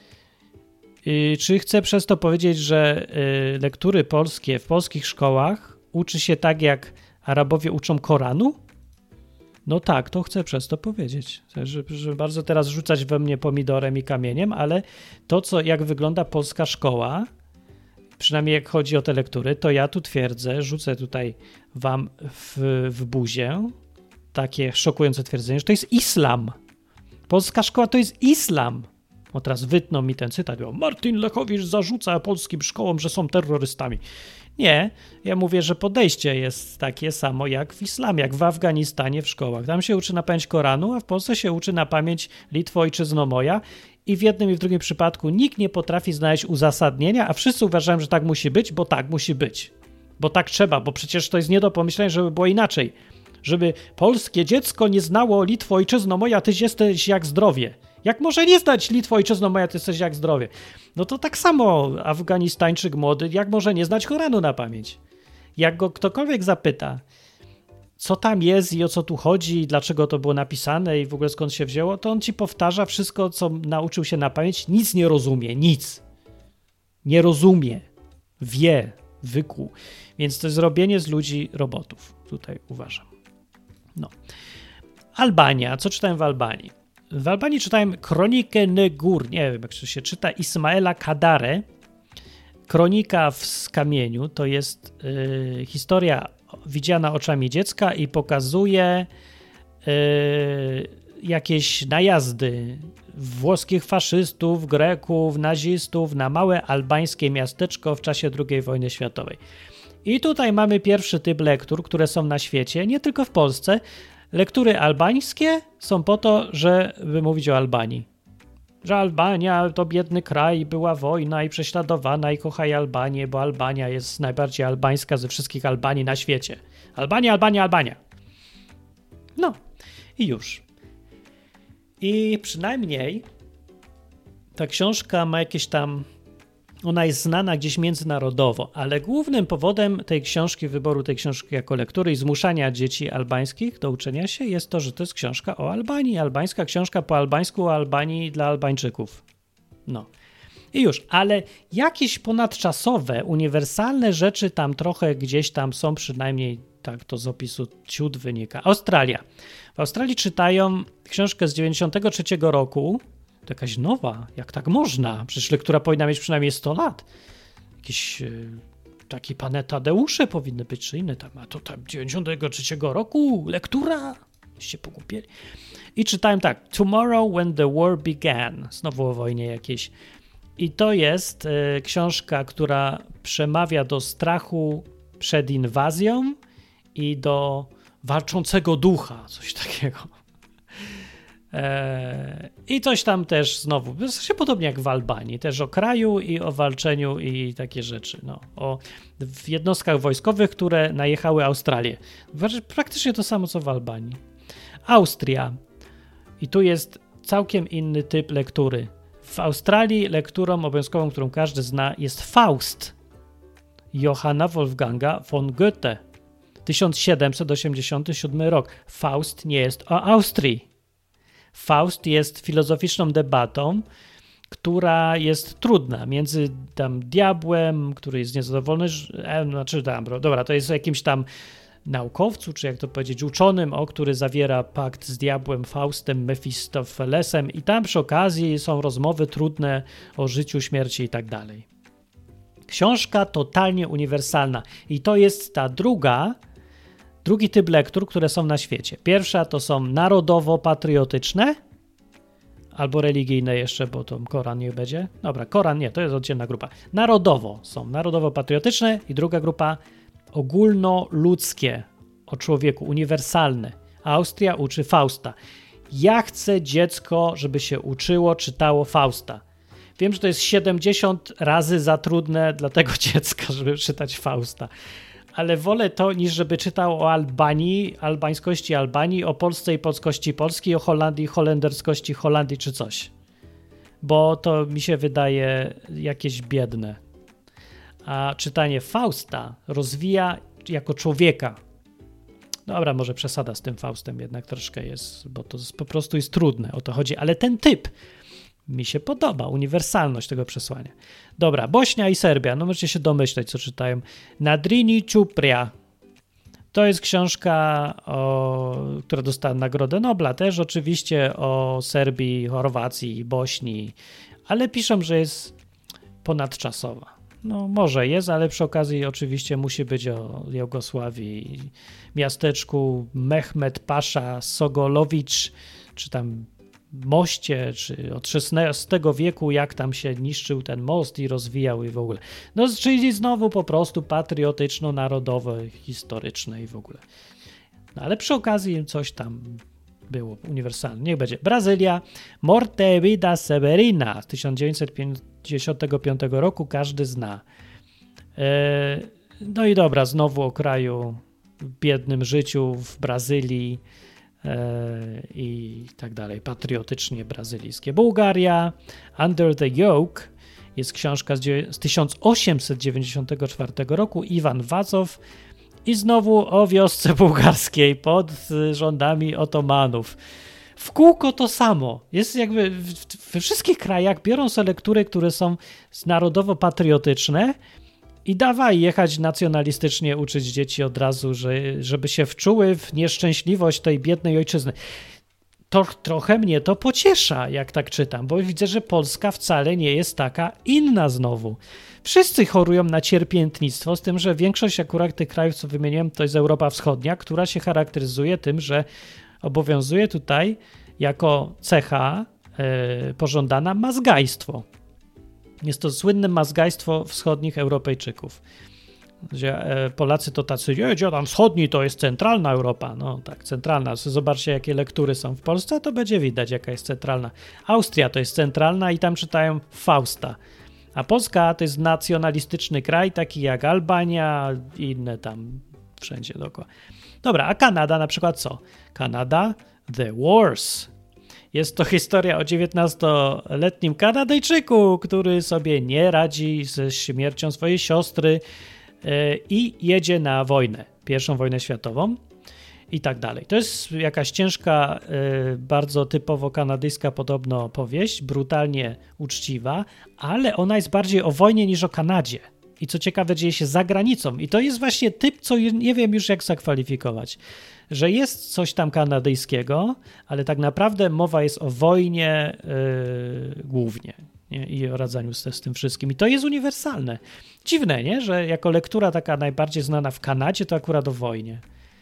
Yy, czy chcę przez to powiedzieć, że yy, lektury polskie w polskich szkołach uczy się tak, jak Arabowie uczą Koranu? No tak, to chcę przez to powiedzieć. Że, że bardzo teraz rzucać we mnie pomidorem i kamieniem, ale to, co, jak wygląda polska szkoła, przynajmniej jak chodzi o te lektury, to ja tu twierdzę, rzucę tutaj wam w, w buzię takie szokujące twierdzenie, że to jest islam. Polska szkoła to jest islam. O, teraz wytną mi ten cytat, bo Martin Lechowicz zarzuca polskim szkołom, że są terrorystami. Nie, ja mówię, że podejście jest takie samo jak w islamie, jak w Afganistanie w szkołach. Tam się uczy na pamięć Koranu, a w Polsce się uczy na pamięć Litwo, ojczyzno moja i w jednym i w drugim przypadku nikt nie potrafi znaleźć uzasadnienia, a wszyscy uważają, że tak musi być, bo tak musi być. Bo tak trzeba, bo przecież to jest nie do pomyślenia, żeby było inaczej. Żeby polskie dziecko nie znało Litwo, ojczyzno moja, tyś jesteś jak zdrowie. Jak może nie znać Litwo, ojczyzno moja, ty jesteś jak zdrowie? No to tak samo Afganistańczyk młody, jak może nie znać Koranu na pamięć? Jak go ktokolwiek zapyta, co tam jest i o co tu chodzi i dlaczego to było napisane i w ogóle skąd się wzięło, to on ci powtarza wszystko, co nauczył się na pamięć, nic nie rozumie, nic. Nie rozumie, wie, wykuł. Więc to jest zrobienie z ludzi robotów, tutaj uważam. No. Albania, co czytałem w Albanii? W Albanii czytałem Kronikę Negur, nie wiem jak to się czyta, Ismaela Kadare. Kronika w kamieniu to jest y, historia widziana oczami dziecka i pokazuje y, jakieś najazdy włoskich faszystów, Greków, nazistów na małe albańskie miasteczko w czasie drugiej wojny światowej. I tutaj mamy pierwszy typ lektur, które są na świecie, nie tylko w Polsce. Lektury albańskie są po to, żeby mówić o Albanii. Że Albania to biedny kraj, była wojna i prześladowana i kochaj Albanię, bo Albania jest najbardziej albańska ze wszystkich Albanii na świecie. Albania, Albania, Albania. No i już. I przynajmniej ta książka ma jakieś tam... Ona jest znana gdzieś międzynarodowo, ale głównym powodem tej książki, wyboru tej książki jako lektury i zmuszania dzieci albańskich do uczenia się jest to, że to jest książka o Albanii. Albańska książka po albańsku o Albanii dla Albańczyków. No. I już. Ale jakieś ponadczasowe, uniwersalne rzeczy tam trochę gdzieś tam są, przynajmniej tak to z opisu ciut wynika. Australia. W Australii czytają książkę z dziewięćdziesiątego trzeciego roku. To jakaś nowa, jak tak można? Przecież lektura powinna mieć przynajmniej sto lat. Jakieś yy, takie pane Tadeusze powinny być, czy inne tam. A to tam dziewięćdziesiątego trzeciego roku lektura? Się pogubieli. I czytałem tak. Tomorrow when the war began. Znowu o wojnie jakiejś. I to jest yy, książka, która przemawia do strachu przed inwazją i do walczącego ducha. Coś takiego. I coś tam też znowu, w zasadzie podobnie jak w Albanii, też o kraju i o walczeniu i takie rzeczy, no, o w jednostkach wojskowych, które najechały Australię. Praktycznie to samo co w Albanii. Austria. I tu jest całkiem inny typ lektury. W Australii lekturą obowiązkową, którą każdy zna, jest Faust Johanna Wolfganga von Goethe. tysiąc siedemset osiemdziesiąty siódmy rok. Faust nie jest o Austrii. Faust jest filozoficzną debatą, która jest trudna między tam diabłem, który jest niezadowolony, e, znaczy tam, dobra, to jest o jakimś tam naukowcu, czy jak to powiedzieć, uczonym, o który zawiera pakt z diabłem, Faustem, Mefistofelesem i tam przy okazji są rozmowy trudne o życiu, śmierci i tak dalej. Książka totalnie uniwersalna i to jest ta druga Drugi typ lektur, które są na świecie. Pierwsza to są narodowo-patriotyczne albo religijne jeszcze, bo to Koran nie będzie. Dobra, Koran nie, to jest oddzielna grupa. Narodowo są narodowo-patriotyczne i druga grupa ogólnoludzkie o człowieku, uniwersalne. Austria uczy Fausta. Ja chcę dziecko, żeby się uczyło, czytało Fausta. Wiem, że to jest siedemdziesiąt razy za trudne dla tego dziecka, żeby czytać Fausta. Ale wolę to, niż żeby czytał o Albanii, albańskości Albanii, o Polsce i polskości Polski, o Holandii, holenderskości Holandii czy coś. Bo to mi się wydaje jakieś biedne. A czytanie Fausta rozwija jako człowieka. Dobra, może przesada z tym Faustem jednak troszkę jest, bo to po prostu jest trudne, o to chodzi. Ale ten typ mi się podoba, uniwersalność tego przesłania. Dobra, Bośnia i Serbia, no możecie się domyśleć, co czytają. Nadrini Čuprija. To jest książka, o, która dostała Nagrodę Nobla, też oczywiście o Serbii, Chorwacji i Bośni, ale piszą, że jest ponadczasowa. No może jest, ale przy okazji oczywiście musi być o Jugosławii, miasteczku Mehmet Pasza Sogolowicz, czy tam moście, czy od szesnastego wieku, jak tam się niszczył ten most i rozwijał i w ogóle. No, czyli znowu po prostu patriotyczno-narodowe, historyczne i w ogóle. No, ale przy okazji coś tam było uniwersalne. Niech będzie. Brazylia, Morte Vida Severina z tysiąc dziewięćset pięćdziesiątego piątego roku, każdy zna. E, no i dobra, znowu o kraju, biednym życiu w Brazylii, i tak dalej, patriotycznie brazylijskie. Bułgaria, Under the Yoke jest książka z tysiąc osiemset dziewięćdziesiątego czwartego roku, Iwan Wazow I znowu o wiosce bułgarskiej pod rządami Otomanów. W kółko to samo. Jest jakby we wszystkich krajach biorą sobie lektury, które są narodowo-patriotyczne i dawaj jechać nacjonalistycznie, uczyć dzieci od razu, że, żeby się wczuły w nieszczęśliwość tej biednej ojczyzny. To trochę mnie to pociesza, jak tak czytam, bo widzę, że Polska wcale nie jest taka inna znowu. Wszyscy chorują na cierpiętnictwo, z tym, że większość akurat tych krajów, co wymieniłem, to jest Europa Wschodnia, która się charakteryzuje tym, że obowiązuje tutaj jako cecha yy, pożądana mazgajstwo. Jest to słynne mazgajstwo wschodnich Europejczyków. Gdzie e, Polacy to tacy, jedzie tam wschodni, to jest centralna Europa. No tak, centralna. Zobaczcie, jakie lektury są w Polsce, to będzie widać, jaka jest centralna. Austria to jest centralna i tam czytają Fausta. A Polska to jest nacjonalistyczny kraj, taki jak Albania i inne tam wszędzie dookoła. Dobra, a Kanada na przykład co? Kanada, The Wars. Jest to historia o dziewiętnastoletnim Kanadyjczyku, który sobie nie radzi ze śmiercią swojej siostry yy, i jedzie na wojnę, pierwszą wojnę światową i tak dalej. To jest jakaś ciężka, yy, bardzo typowo kanadyjska podobno powieść, brutalnie uczciwa, ale ona jest bardziej o wojnie niż o Kanadzie. I co ciekawe, dzieje się za granicą. I to jest właśnie typ, co nie wiem już jak zakwalifikować. Że jest coś tam kanadyjskiego, ale tak naprawdę mowa jest o wojnie yy, głównie, nie? I o radzeniu z, z tym wszystkim. I to jest uniwersalne. Dziwne, nie? Że jako lektura taka najbardziej znana w Kanadzie, to akurat o wojnie.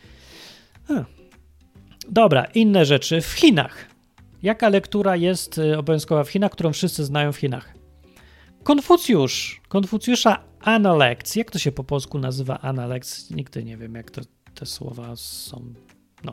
Hm. Dobra, inne rzeczy. W Chinach. Jaka lektura jest obowiązkowa w Chinach, którą wszyscy znają w Chinach? Konfucjusz. Konfucjusza Analects. Jak to się po polsku nazywa Analects? Nigdy nie wiem, jak to te słowa są. No.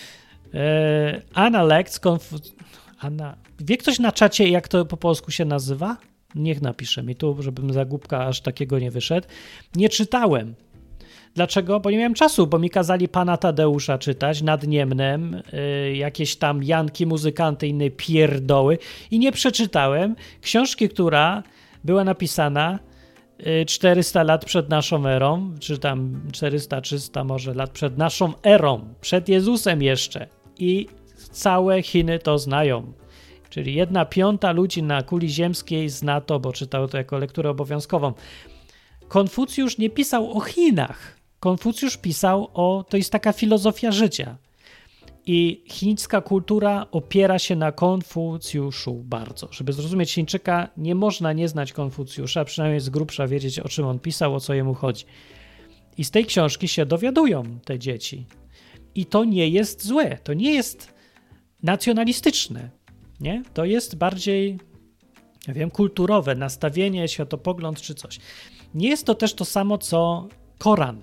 E, Analects. Konfu... Ana... Wie ktoś na czacie, jak to po polsku się nazywa? Niech napisze mi tu, żebym za głupka aż takiego nie wyszedł. Nie czytałem. Dlaczego? Bo nie miałem czasu, bo mi kazali Pana Tadeusza czytać nad Niemnem, y, jakieś tam Janki, muzykanty, inne pierdoły i nie przeczytałem książki, która była napisana y, czterysta lat przed naszą erą, czy tam czterysta trzysta może lat przed naszą erą, przed Jezusem jeszcze i całe Chiny to znają. Czyli jedna piąta ludzi na kuli ziemskiej zna to, bo czytało to jako lekturę obowiązkową. Konfucjusz nie pisał o Chinach. Konfucjusz pisał o... To jest taka filozofia życia. I chińska kultura opiera się na Konfucjuszu bardzo. Żeby zrozumieć Chińczyka, nie można nie znać Konfucjusza, przynajmniej z grubsza wiedzieć, o czym on pisał, o co jemu chodzi. I z tej książki się dowiadują te dzieci. I to nie jest złe. To nie jest nacjonalistyczne. Nie? To jest bardziej, ja wiem, kulturowe, nastawienie, światopogląd czy coś. Nie jest to też to samo, co Koran.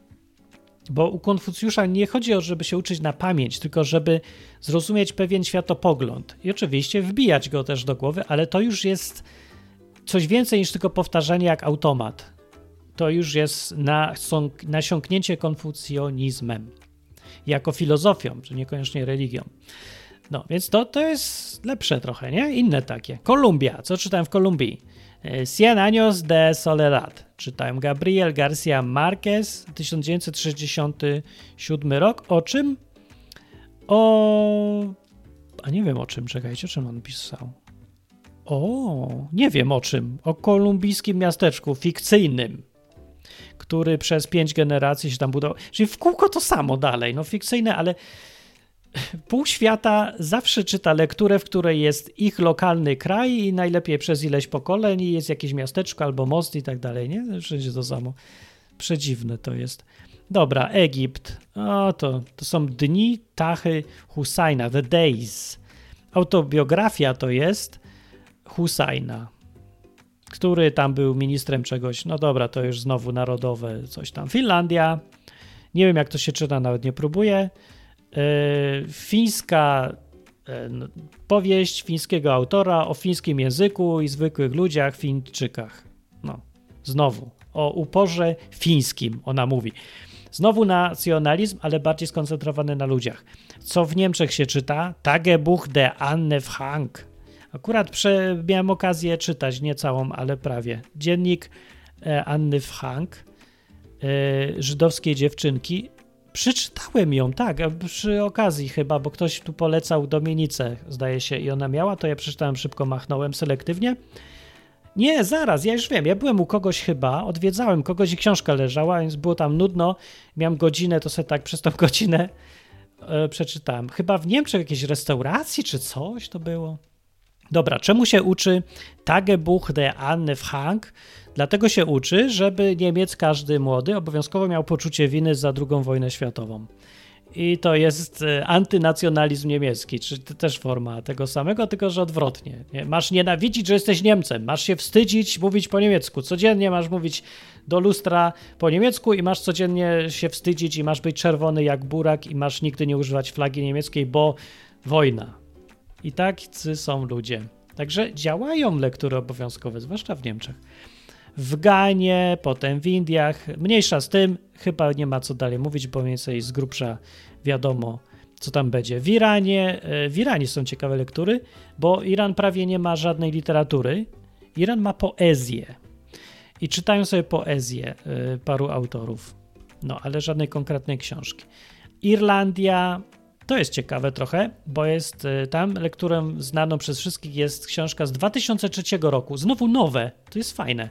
Bo u Konfucjusza nie chodzi o, żeby się uczyć na pamięć, tylko żeby zrozumieć pewien światopogląd. I oczywiście wbijać go też do głowy, ale to już jest coś więcej niż tylko powtarzanie jak automat. To już jest nasiąknięcie konfucjonizmem. Jako filozofią, czy niekoniecznie religią. No, więc to, to jest lepsze trochę, nie? Inne takie. Kolumbia. Co czytałem w Kolumbii? Cien años de soledad. Czytałem Gabriel García Márquez, tysiąc dziewięćset sześćdziesiąty siódmy rok. O czym? O... A nie wiem o czym, czekajcie, o czym on pisał. O, nie wiem o czym. O kolumbijskim miasteczku fikcyjnym, który przez pięć generacji się tam budował. Czyli w kółko to samo dalej. No fikcyjne, ale pół świata zawsze czyta lekturę, w której jest ich lokalny kraj i najlepiej przez ileś pokoleń i jest jakieś miasteczko albo most i tak dalej, nie? Wszędzie to samo. Przedziwne to jest. Dobra, Egipt. O, to, to są dni Tahy Husajna, The Days. Autobiografia to jest Husajna, który tam był ministrem czegoś. No dobra, to już znowu narodowe coś tam. Finlandia. Nie wiem, jak to się czyta, nawet nie próbuję. Fińska powieść fińskiego autora o fińskim języku i zwykłych ludziach, Fińczykach. No, znowu o uporze fińskim ona mówi. Znowu nacjonalizm, ale bardziej skoncentrowany na ludziach. Co w Niemczech się czyta? Tagebuch der Anne Frank. Akurat prze, miałem okazję czytać, nie całą, ale prawie. Dziennik Anny Frank. żydowskiej dziewczynki. Przeczytałem ją, tak, przy okazji chyba, bo ktoś tu polecał Dominicę, zdaje się, i ona miała, to ja przeczytałem szybko, machnąłem selektywnie. Nie, zaraz, ja już wiem, ja byłem u kogoś chyba, odwiedzałem kogoś i książka leżała, więc było tam nudno, miałem godzinę, to sobie tak przez tą godzinę e, przeczytałem. Chyba w Niemczech jakiejś restauracji czy coś to było. Dobra, czemu się uczy Tagebuch der Anne Frank? Dlatego się uczy, żeby Niemiec, każdy młody, obowiązkowo miał poczucie winy za drugą wojnę światową. I to jest antynacjonalizm niemiecki, czy też forma tego samego, tylko że odwrotnie. Nie? Masz nienawidzić, że jesteś Niemcem, masz się wstydzić, mówić po niemiecku. Codziennie masz mówić do lustra po niemiecku i masz codziennie się wstydzić i masz być czerwony jak burak i masz nigdy nie używać flagi niemieckiej, bo wojna. I tacy są ludzie. Także działają lektury obowiązkowe, zwłaszcza w Niemczech. W Ganie, potem w Indiach. Mniejsza z tym, chyba nie ma co dalej mówić, bo mniej więcej z grubsza wiadomo, co tam będzie. W Iranie, w Iranie są ciekawe lektury, bo Iran prawie nie ma żadnej literatury. Iran ma poezję. I czytają sobie poezję paru autorów. No, ale żadnej konkretnej książki. Irlandia, to jest ciekawe trochę, bo jest tam lekturą znaną przez wszystkich jest książka z dwa tysiące trzeciego roku. Znowu nowe, to jest fajne.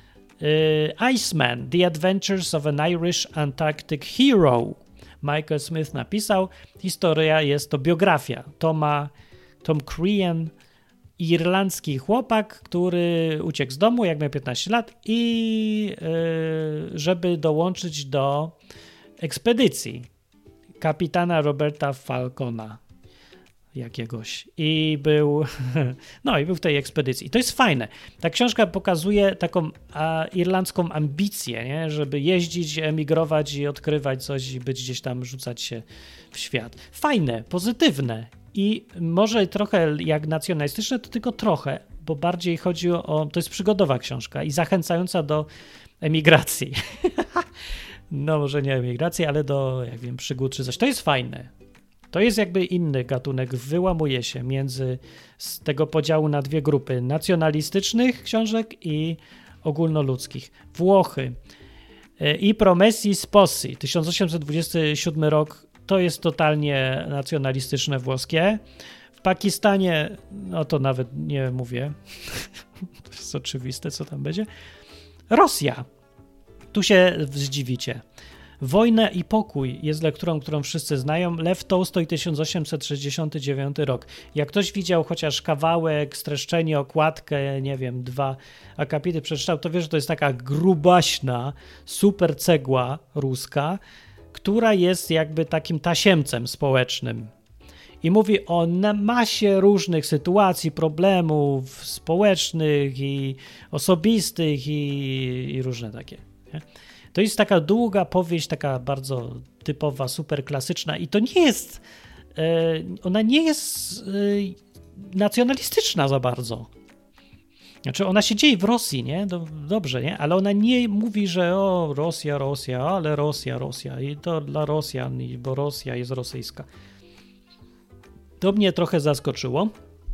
Iceman, The Adventures of an Irish Antarctic Hero. Michael Smith napisał. Historia jest to biografia Toma, Tom Crean, irlandzki chłopak, który uciekł z domu, jak miał piętnaście lat i żeby dołączyć do ekspedycji kapitana Roberta Falcona jakiegoś i był no i był w tej ekspedycji. I to jest fajne. Ta książka pokazuje taką a, irlandzką ambicję, nie? Żeby jeździć, emigrować i odkrywać coś i być gdzieś tam, rzucać się w świat. Fajne, pozytywne i może trochę jak nacjonalistyczne, to tylko trochę, bo bardziej chodzi o, to jest przygodowa książka i zachęcająca do emigracji. No może nie emigracji, ale do, jak wiem, przygód czy coś. To jest fajne. To jest jakby inny gatunek, wyłamuje się między z tego podziału na dwie grupy nacjonalistycznych książek i ogólnoludzkich. Włochy i Promessi Sposi, tysiąc osiemset dwudziesty siódmy rok, to jest totalnie nacjonalistyczne włoskie. W Pakistanie, no to nawet nie mówię, to jest oczywiste, co tam będzie. Rosja, tu się zdziwicie. Wojna i pokój jest lekturą, którą wszyscy znają. Lew Tołstoj, tysiąc osiemset sześćdziesiąty dziewiąty rok. Jak ktoś widział chociaż kawałek, streszczenie, okładkę, nie wiem, dwa akapity przeczytał, to wie, że to jest taka grubaśna, super cegła ruska, która jest jakby takim tasiemcem społecznym. I mówi o masie różnych sytuacji, problemów społecznych i osobistych i, i różne takie. Nie? To jest taka długa powieść, taka bardzo typowa, super klasyczna i to nie jest, e, ona nie jest e, nacjonalistyczna za bardzo. Znaczy ona się dzieje w Rosji, nie? Dobrze, nie? Ale ona nie mówi, że o Rosja, Rosja, ale Rosja, Rosja i to dla Rosjan, bo Rosja jest rosyjska. To mnie trochę zaskoczyło,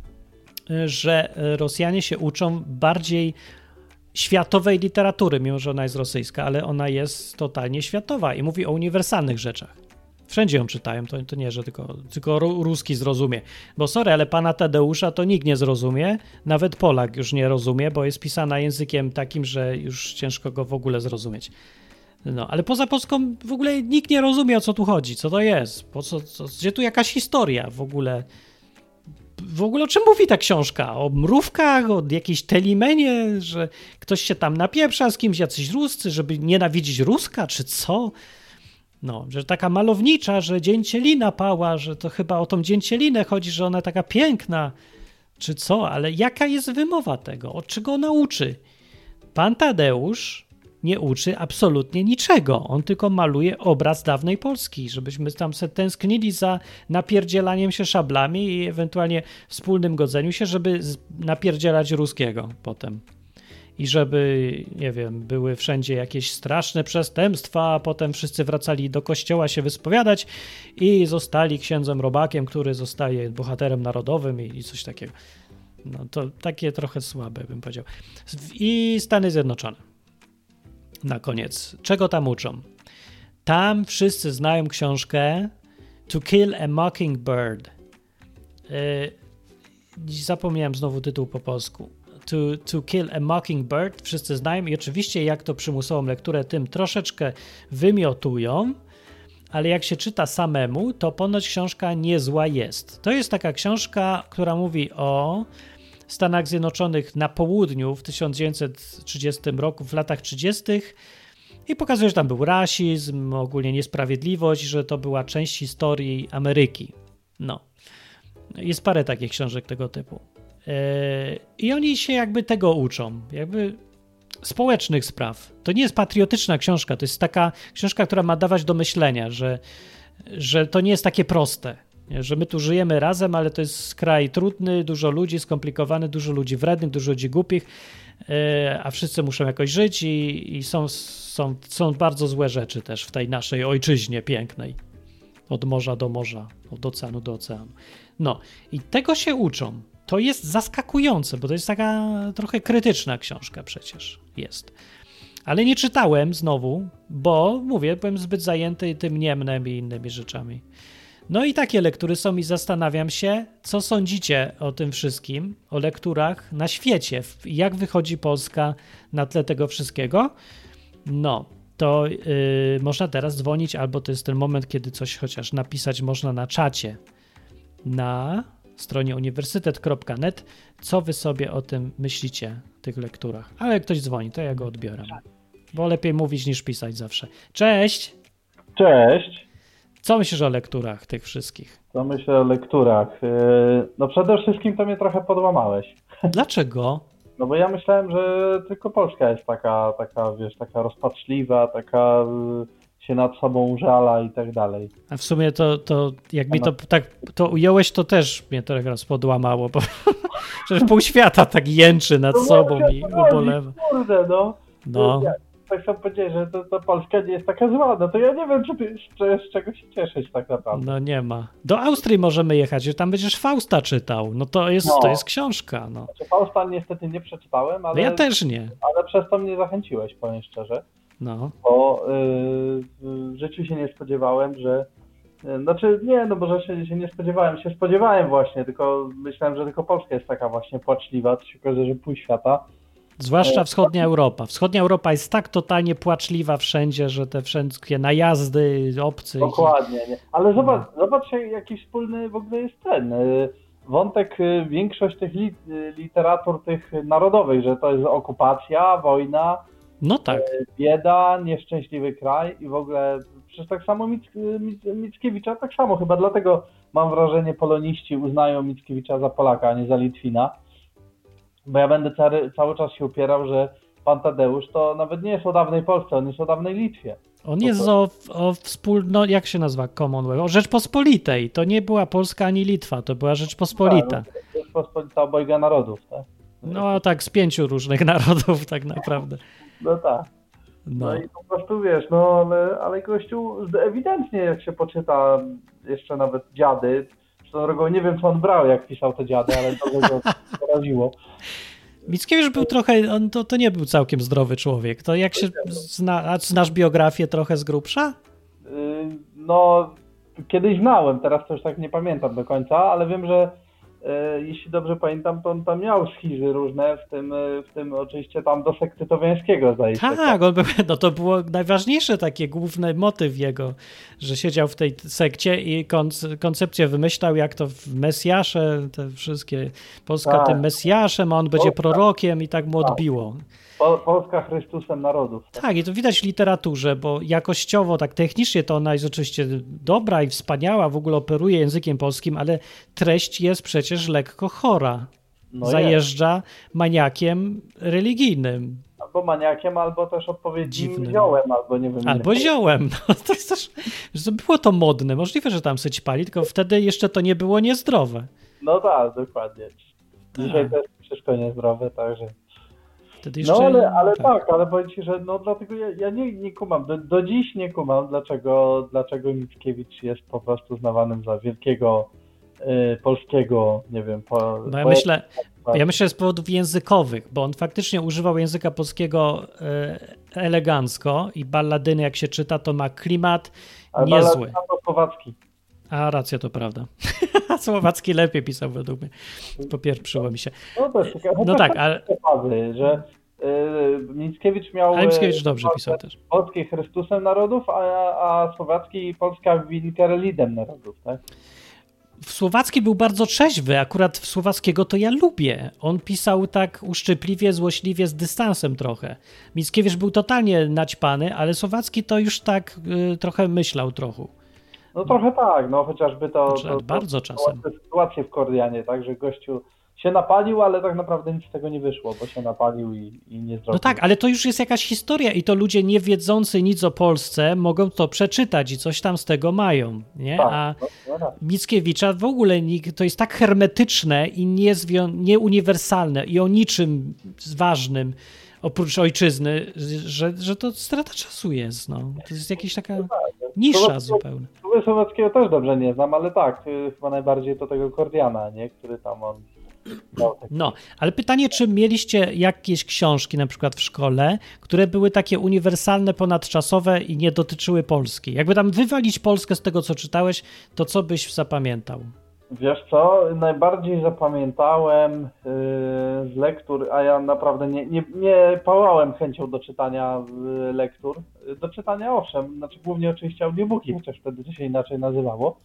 że Rosjanie się uczą bardziej światowej literatury, mimo że ona jest rosyjska, ale ona jest totalnie światowa i mówi o uniwersalnych rzeczach. Wszędzie ją czytają, to, to nie, że tylko, tylko ruski zrozumie. Bo sorry, ale pana Tadeusza to nikt nie zrozumie, nawet Polak już nie rozumie, bo jest pisana językiem takim, że już ciężko go w ogóle zrozumieć. No, ale poza Polską w ogóle nikt nie rozumie, o co tu chodzi, co to jest, po co, co, gdzie tu jakaś historia w ogóle. W ogóle o czym mówi ta książka? O mrówkach, o jakiejś telimenie, że ktoś się tam napieprza z kimś, jacyś Ruscy, żeby nienawidzić Ruska, czy co? No, że taka malownicza, że dzięcielina pała, że to chyba o tą dzięcielinę chodzi, że ona taka piękna, czy co? Ale jaka jest wymowa tego? Od czego ona uczy? Pan Tadeusz nie uczy absolutnie niczego. On tylko maluje obraz dawnej Polski, żebyśmy tam se tęsknili za napierdzielaniem się szablami i ewentualnie wspólnym godzeniu się, żeby napierdzielać ruskiego potem. I żeby, nie wiem, były wszędzie jakieś straszne przestępstwa, a potem wszyscy wracali do kościoła się wyspowiadać i zostali księdzem Robakiem, który zostaje bohaterem narodowym i, i coś takiego. No to takie trochę słabe, bym powiedział. I Stany Zjednoczone. na koniec. Czego tam uczą? Tam wszyscy znają książkę To Kill a Mockingbird. Yy, zapomniałem znowu tytuł po polsku. To, to Kill a Mockingbird. Wszyscy znają i oczywiście jak to przymusową lekturę tym troszeczkę wymiotują, ale jak się czyta samemu, to ponoć książka niezła jest. To jest taka książka, która mówi o Stanach Zjednoczonych na południu w tysiąc dziewięćset trzydziestym roku, w latach trzydziestych i pokazuje, że tam był rasizm, ogólnie niesprawiedliwość, że to była część historii Ameryki. No. Jest parę takich książek tego typu. Yy, I oni się jakby tego uczą, jakby społecznych spraw. To nie jest patriotyczna książka, to jest taka książka, która ma dawać do myślenia, że, że to nie jest takie proste, nie? Że my tu żyjemy razem, ale to jest kraj trudny, dużo ludzi skomplikowany, dużo ludzi wrednych, dużo ludzi głupich, yy, a wszyscy muszą jakoś żyć i, i są, są, są bardzo złe rzeczy też w tej naszej ojczyźnie pięknej. Od morza do morza, od oceanu do oceanu. No i tego się uczą. To jest zaskakujące, bo to jest taka trochę krytyczna książka przecież jest. Ale nie czytałem znowu, bo mówię, byłem zbyt zajęty tym Niemnem i innymi rzeczami. No i takie lektury są i zastanawiam się, co sądzicie o tym wszystkim, o lekturach na świecie, jak wychodzi Polska na tle tego wszystkiego. No, to yy, można teraz dzwonić, albo to jest ten moment, kiedy coś chociaż napisać można na czacie, na stronie uniwersytet kropka net, co wy sobie o tym myślicie, tych lekturach. Ale jak ktoś dzwoni, to ja go odbiorę. Bo lepiej mówić niż pisać zawsze. Cześć! Cześć! Co myślisz o lekturach tych wszystkich? Co myślę o lekturach? No przede wszystkim to mnie trochę podłamałeś. Dlaczego? No bo ja myślałem, że tylko Polska jest taka, taka wiesz, taka rozpaczliwa, taka się nad sobą żala i tak dalej. A w sumie to, to jak mi to tak to ująłeś, to też mnie trochę raz podłamało, bo że pół świata tak jęczy nad no sobą no, i no, ubolewa. Kurde, no. No. Ja, tak chcę powiedzieć, że to, to Polska nie jest taka zła, no to ja nie wiem, czy, czy, z czego się cieszyć tak naprawdę. No nie ma. Do Austrii możemy jechać, że tam będziesz Fausta czytał. No to jest, no. to jest książka. No. Znaczy, Fausta niestety nie przeczytałem, ale, no ja też nie. Ale przez to mnie zachęciłeś, powiem szczerze. No. Bo yy, w życiu się nie spodziewałem, że... Yy, znaczy nie, no bo że się, się nie spodziewałem, się spodziewałem właśnie, tylko myślałem, że tylko Polska jest taka właśnie płaczliwa, to się okaże, że pół świata. Zwłaszcza wschodnia Europa. Wschodnia Europa jest tak totalnie płaczliwa wszędzie, że te wszystkie najazdy, obcy... Dokładnie, nie? Ale zobacz, no. zobacz jaki wspólny w ogóle jest ten wątek, większość tych li, literatur tych narodowych, że to jest okupacja, wojna, no tak. bieda, nieszczęśliwy kraj i w ogóle przecież tak samo Mick, Mick, Mickiewicza, tak samo chyba dlatego mam wrażenie poloniści uznają Mickiewicza za Polaka, a nie za Litwina. Bo ja będę cały, cały czas się upierał, że pan Tadeusz to nawet nie jest o dawnej Polsce, on jest o dawnej Litwie. On jest o, o wspólno, jak się nazywa Commonwealth? O Rzeczpospolitej. To nie była Polska ani Litwa, to była Rzeczpospolita. Tak, no, Rzeczpospolita obojga narodów, tak? No tak, z pięciu różnych narodów tak naprawdę. No tak. No, no i po prostu wiesz, no ale, ale Kościół ewidentnie jak się poczyta jeszcze nawet dziady, swoją drogą nie wiem co on brał jak pisał te dziady, ale to go poraziło. Mickiewicz był trochę, on to, to nie był całkiem zdrowy człowiek. To jak się zna, a znasz biografię trochę z grubsza? No, kiedyś znałem, teraz to już tak nie pamiętam do końca, ale wiem, że e, jeśli dobrze pamiętam, to on tam miał schizy różne, w tym, w tym oczywiście tam do sekty Towiańskiego zdaje się. Tak, on był, no to było najważniejsze takie główny motyw jego, że siedział w tej sekcie i koncepcję wymyślał, jak to w Mesjasze, te wszystkie, Polska tak. tym Mesjaszem, a on będzie Polska. prorokiem i tak mu odbiło. Po, Polska Chrystusem narodów. Tak? tak, i to widać w literaturze, bo jakościowo, tak technicznie to ona jest oczywiście dobra i wspaniała, w ogóle operuje językiem polskim, ale treść jest przecież lekko chora. No Zajeżdża jest. maniakiem religijnym. Albo maniakiem, albo też odpowiednim ziołem, albo nie wiem. Albo nie ziołem. No, to jest też, że było to modne. Możliwe, że tam syć pali, tylko wtedy jeszcze to nie było niezdrowe. No tak, dokładnie. Dzisiaj tak. to jest wszystko niezdrowe, także... Jeszcze... No ale, ale tak. tak, ale powiem ci, że no dlatego ja, ja nie, nie kumam, do, do dziś nie kumam, dlaczego, dlaczego Mickiewicz jest po prostu uznawanym za wielkiego y, polskiego, nie wiem, po, no ja myślę, Ja myślę, że z powodów językowych, bo on faktycznie używał języka polskiego e, elegancko i balladyny, jak się czyta, to ma klimat Ale niezły. balladyna to słowacki. A racja, to prawda. Słowacki lepiej pisał według mnie. Popieprzyło mi się. No to jest ciekawe. No tak, ale... Fazy, że yy, Mickiewicz miał... Ale Mickiewicz dobrze pisał też. Polskie Chrystusem narodów, a, a Słowacki i Polska Winkelriedem narodów, tak? W Słowacki był bardzo trzeźwy, akurat w Słowackiego to ja lubię. On pisał tak uszczypliwie, złośliwie, z dystansem trochę. Mickiewicz był totalnie naćpany, ale Słowacki to już tak y, trochę myślał trochę. No trochę tak, no chociażby to... Znaczy, to, to bardzo to, czasem. Te sytuacje w Kordianie, tak, że gościu się napalił, ale tak naprawdę nic z tego nie wyszło, bo się napalił i, i nie zrobił. No tak, ale to już jest jakaś historia i to ludzie nie wiedzący nic o Polsce mogą to przeczytać i coś tam z tego mają, nie? Tak, A no, no tak. Mickiewicza w ogóle to jest tak hermetyczne i niezwią- nieuniwersalne i o niczym ważnym oprócz ojczyzny, że, że to strata czasu jest, no. To jest jakaś taka nisza zupełnie. Słowackiego też dobrze nie znam, ale tak, chyba najbardziej do tego Kordiana, nie? Który tam on... No, ale pytanie, czy mieliście jakieś książki na przykład w szkole, które były takie uniwersalne, ponadczasowe i nie dotyczyły Polski? Jakby tam wywalić Polskę z tego, co czytałeś, to co byś zapamiętał? Wiesz co, najbardziej zapamiętałem yy, z lektur, a ja naprawdę nie, nie, nie pałałem chęcią do czytania yy, lektur. Do czytania owszem, znaczy głównie oczywiście audiobooki, chociaż wtedy to się inaczej nazywało.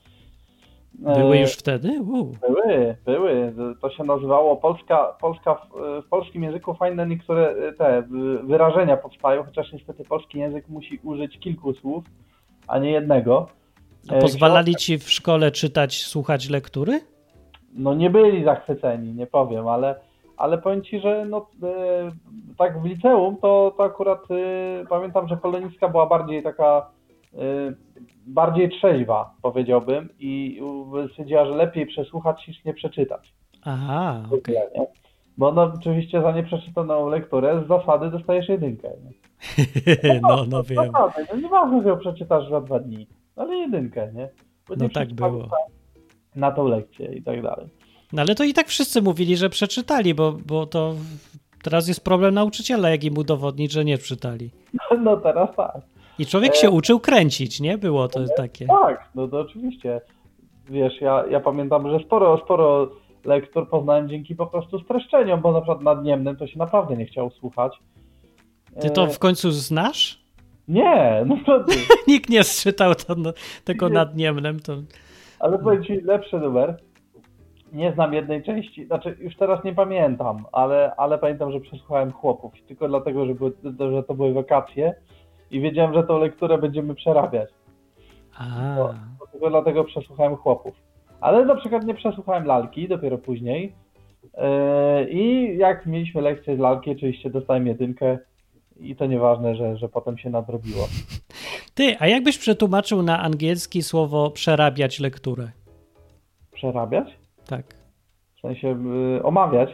Były już wtedy? Uu. Były, były. To się nazywało Polska, Polska w, w polskim języku fajne niektóre te wyrażenia powstają, chociaż niestety polski język musi użyć kilku słów, a nie jednego. A pozwalali ci w szkole czytać, słuchać lektury? No nie byli zachwyceni, nie powiem, ale, ale powiem ci, że no, e, tak w liceum to, to akurat e, pamiętam, że polonistka była bardziej taka e, bardziej trzeźwa, powiedziałbym, i stwierdziła, że lepiej przesłuchać niż nie przeczytać. Aha, okej. Okay. Bo no oczywiście za nieprzeczytaną lekturę z zasady dostajesz jedynkę. Nie? No, no, no wiem. Zasady, no nieważne, że ją przeczytasz za dwa dni, ale jedynkę, nie? Bo nie no tak było. Na tą lekcję i tak dalej. No ale to i tak wszyscy mówili, że przeczytali, bo, bo to teraz jest problem nauczyciela, jak im udowodnić, że nie przeczytali. No teraz tak. I człowiek się uczył kręcić, nie? Było to takie. Tak, no to oczywiście. Wiesz, ja, ja pamiętam, że sporo, sporo lektur poznałem dzięki po prostu streszczeniom, bo na przykład nad Niemnem to się naprawdę nie chciało słuchać. Ty to w końcu znasz? Nie, no to ty. Nikt nie zczytał to, no, tego nad Niemnem. To... Ale powiem ci, lepszy numer. Nie znam jednej części, znaczy już teraz nie pamiętam, ale, ale pamiętam, że przesłuchałem Chłopów. Tylko dlatego, że, były, że to były wakacje i wiedziałem, że tą lekturę będziemy przerabiać. A. To, to tylko dlatego przesłuchałem Chłopów. Ale na przykład nie przesłuchałem Lalki, dopiero później. Yy, I jak mieliśmy lekcję z Lalki, oczywiście dostałem jedynkę i to nieważne, że, że potem się nadrobiło. Ty, a jakbyś przetłumaczył na angielski słowo przerabiać lekturę? Przerabiać? Tak. W sensie yy, omawiać?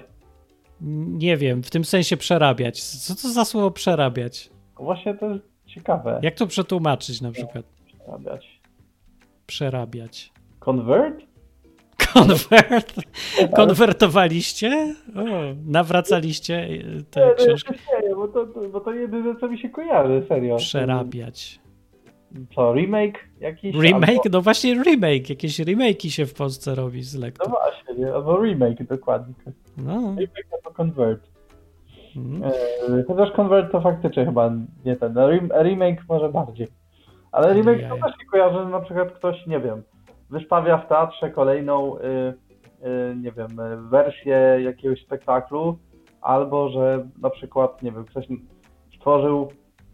Nie wiem, w tym sensie przerabiać. Co to za słowo przerabiać? Właśnie to jest ciekawe. Jak to przetłumaczyć na przykład? Przerabiać. Przerabiać. Convert? Konwert? Konwertowaliście? O, nawracaliście te nie, książki? Nie, nie, bo to, bo to jedyne, co mi się kojarzy, serio. Przerabiać. Co, remake jakiś? Remake? Albo... No właśnie remake. Jakieś remake'i się w Polsce robi z No lektur. właśnie, nie? Albo remake dokładnie. No. Remake albo convert. Mm. E, chociaż convert to faktycznie chyba nie ten. Remake może bardziej. Ale remake Ajaj. to też się kojarzy, że na przykład ktoś, nie wiem, wystawia w teatrze kolejną, y, y, nie wiem, wersję jakiegoś spektaklu, albo że na przykład, nie wiem, ktoś stworzył